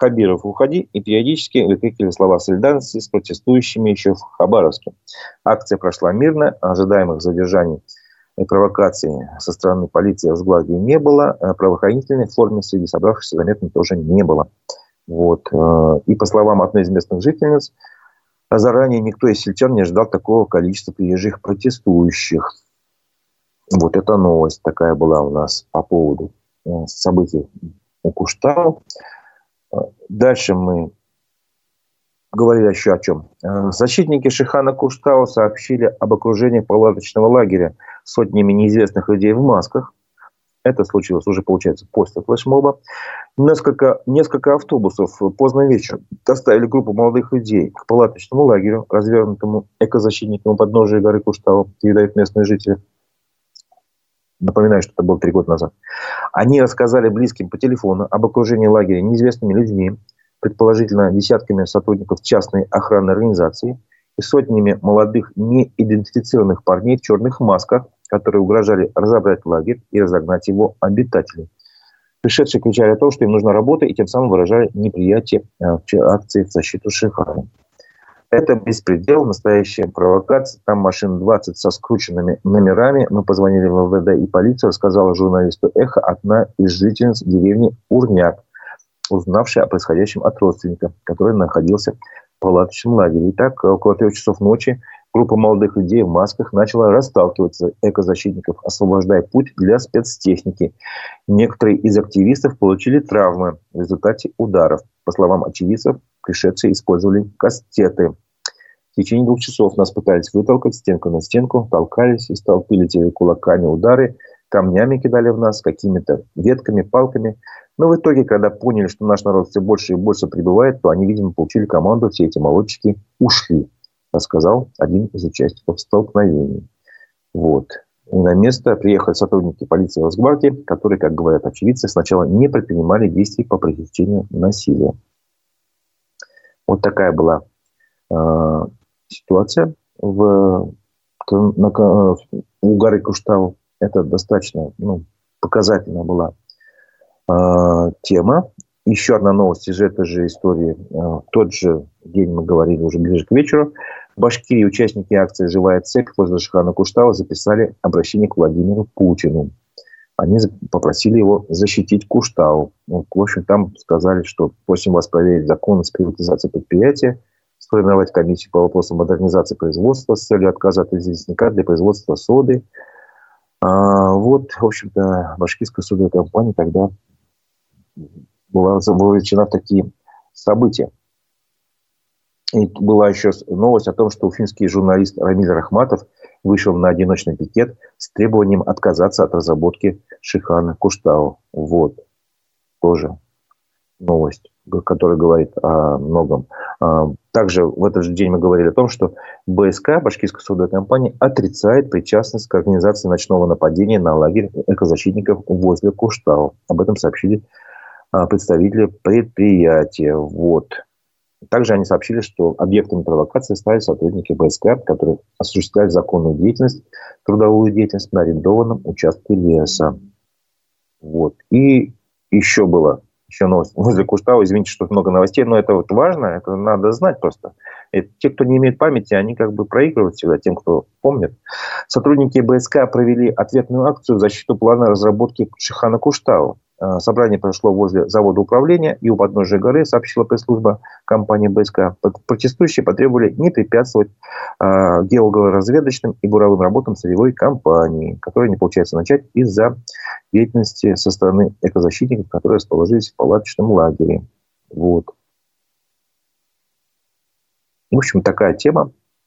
Хабиров, уходи, и периодически выкрикивали слова солидарности с протестующими еще в Хабаровске. Акция прошла мирно, ожидаемых задержаний и провокаций со стороны полиции в Сгвардии не было, а правоохранительной формы среди собравшихся заметно тоже не было. Вот. И по словам одной из местных жительниц, заранее никто из сельчан не ожидал такого количества приезжих протестующих. Вот эта новость такая была у нас по поводу событий у Куштау. Дальше мы говорили еще о чем. Защитники Шихана Куштау сообщили об окружении палаточного лагеря сотнями неизвестных людей в масках. Это случилось уже, получается, после флешмоба. Несколько, несколько автобусов поздно вечером доставили группу молодых людей к палаточному лагерю, развернутому экозащитникам у подножия горы Куштау, передают местные жители. Напоминаю, что это было три года назад. Они рассказали близким по телефону об окружении лагеря неизвестными людьми, предположительно десятками сотрудников частной охранной организации и сотнями молодых неидентифицированных парней в черных масках, которые угрожали разобрать лагерь и разогнать его обитателей. Пришедшие кричали о том, что им нужна работа, и тем самым выражали неприятие акции в защиту Шихана. Это беспредел, настоящая провокация. Там машин двадцать со скрученными номерами. Мы позвонили в МВД и полицию, рассказала журналисту «Эхо» одна из жительниц деревни Урняк, узнавшая о происходящем от родственника, который находился в палаточном лагере. Итак, около трех часов ночи группа молодых людей в масках начала расталкивать экозащитников, освобождая путь для спецтехники. Некоторые из активистов получили травмы в результате ударов. По словам очевидцев, пришедшие использовали кастеты. В течение двух часов нас пытались вытолкать стенку на стенку, толкались и столпили те кулаками удары, камнями кидали в нас, какими-то ветками, палками. Но в итоге, когда поняли, что наш народ все больше и больше прибывает, то они, видимо, получили команду, все эти молодчики ушли, рассказал один из участников столкновений. Вот. И на место приехали сотрудники полиции и Росгвардии, которые, как говорят очевидцы, сначала не предпринимали действий по пресечению насилия. Вот такая была э, ситуация в, на, у горы Куштау. Это достаточно ну, показательная была э, тема. Еще одна новость из этой же истории. Э, в тот же день, мы говорили уже ближе к вечеру, в Башкирии участники акции «Живая цепь» возле Шихана Куштау записали обращение к Владимиру Путину. Они попросили его защитить Куштау. В общем, там сказали, что просим вас проверить законность приватизации предприятия, сформировать комиссию по вопросам модернизации производства с целью отказа от известняка для производства соды. А вот, в общем-то, башкирская судовая компания тогда была вовлечена в такие события. И была еще новость о том, что уфимский журналист Рамиль Рахматов вышел на одиночный пикет с требованием отказаться от разработки Шихана Куштау. Вот. Тоже новость, которая говорит о многом. Также в этот же день мы говорили о том, что БСК, Башкирская судовая компания, отрицает причастность к организации ночного нападения на лагерь экозащитников возле Куштау. Об этом сообщили представители предприятия. Вот. Также они сообщили, что объектами провокации стали сотрудники БСК, которые осуществляли законную деятельность, трудовую деятельность на арендованном участке леса. Вот. И еще было, еще новость возле Куштау. Извините, что много новостей, но это вот важно, это надо знать просто. И те, кто не имеет памяти, они как бы проигрывают всегда тем, кто помнит. Сотрудники БСК провели ответную акцию в защиту плана разработки Шихана Куштау. Собрание прошло возле завода управления и у подножия горы, сообщила пресс-служба компании БСК. Протестующие потребовали не препятствовать э, геолого-разведочным и буровым работам сырьевой компании, которые не получается начать из-за деятельности со стороны экозащитников, которые расположились в палаточном лагере. Вот. В общем, такая тема.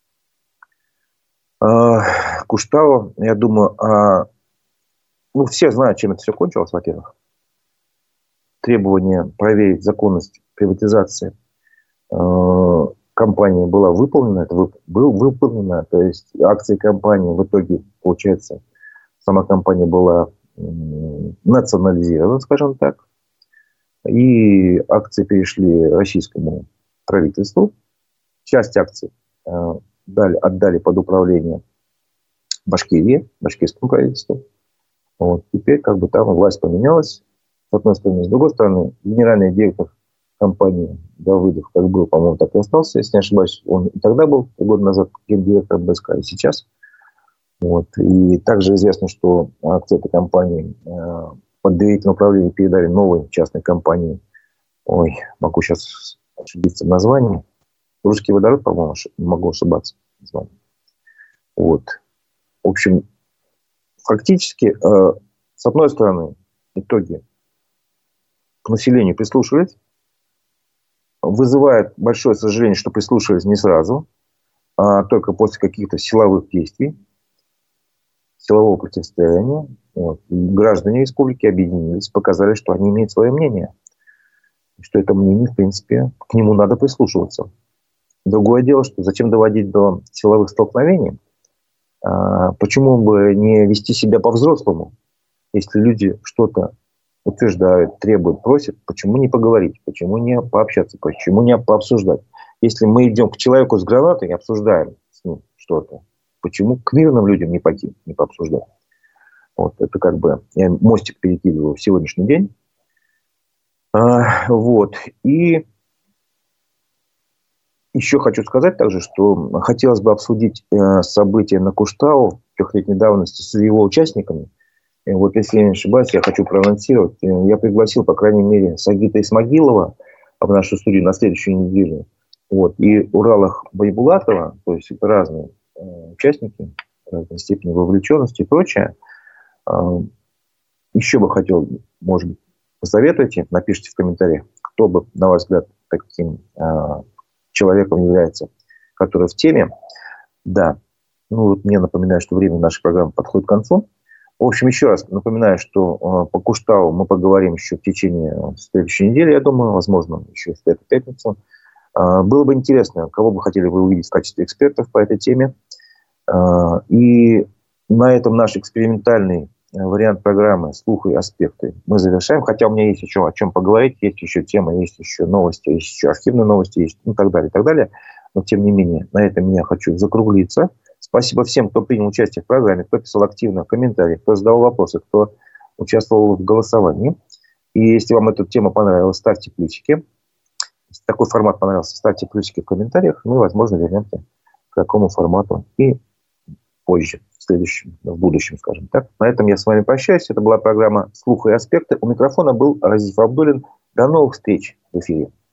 Э, Куштау, я думаю, э, ну, все знают, чем это все кончилось, во-первых. Требование проверить законность приватизации э, компании была выполнена, это вы, был выполнено, то есть акции компании в итоге, получается, сама компания была э, национализирована, скажем так, и акции перешли российскому правительству. Часть акций э, дали, отдали под управление Башкирии, башкирскому правительству. Вот. Теперь как бы там власть поменялась. С одной стороны. С другой стороны, генеральный директор компании Давыдов, как был, по-моему, так и остался, если не ошибаюсь. Он и тогда был, три года назад, гендиректором БСК, и сейчас. Вот. И также известно, что акции этой компании э, под доверительное управление передали новой частной компании. Ой, могу сейчас ошибиться в названии. Русский водород, по-моему, не могу ошибаться в названии. Вот. В общем, фактически, э, с одной стороны, итоги к населению прислушивались. Вызывает большое сожаление, что прислушивались не сразу, а только после каких-то силовых действий, силового противостояния. Вот. И граждане республики объединились, показали, что они имеют свое мнение. И что это мнение, в принципе, к нему надо прислушиваться. Другое дело, что зачем доводить до силовых столкновений? А, почему бы не вести себя по-взрослому? Если люди что-то утверждают, требуют, просят, почему не поговорить, почему не пообщаться, почему не пообсуждать? Если мы идем к человеку с гранатой и обсуждаем с ним что-то, почему к мирным людям не пойти, не пообсуждать? Вот это как бы я мостик перекидываю в сегодняшний день. А, вот. И еще хочу сказать также, что хотелось бы обсудить э, события на Куштау трехлетней давности с его участниками. И вот если я не ошибаюсь, я хочу проанонсировать. Я пригласил, по крайней мере, Сагита Исмагилова в нашу студию на следующую неделю. Вот. И Уралах Байбулатова, то есть это разные э, участники, разной степени вовлеченности и прочее. Э, еще бы хотел, может быть, посоветуйте, напишите в комментариях, кто бы, на ваш взгляд, таким э, человеком является, который в теме. Да, ну вот мне напоминаю, что время нашей программы подходит к концу. В общем, еще раз напоминаю, что э, по Куштау мы поговорим еще в течение следующей недели, я думаю, возможно, еще в эту пятницу. Э, было бы интересно, кого бы хотели вы увидеть в качестве экспертов по этой теме. Э, и на этом наш экспериментальный вариант программы «Слух и аспекты» мы завершаем. Хотя у меня есть еще о чем поговорить, есть еще темы, есть еще новости, есть еще архивные новости, есть, ну, и так далее, и так далее. Но, тем не менее, на этом я хочу закруглиться. Спасибо всем, кто принял участие в программе, кто писал активно в комментариях, кто задавал вопросы, кто участвовал в голосовании. И если вам эта тема понравилась, ставьте плюсики. Если такой формат понравился, ставьте плюсики в комментариях. Мы, возможно, вернемся к такому формату и позже, в следующем, в будущем, скажем так. На этом я с вами прощаюсь. Это была программа «Слух и аспекты». У микрофона был Разиф Абдуллин. До новых встреч в эфире.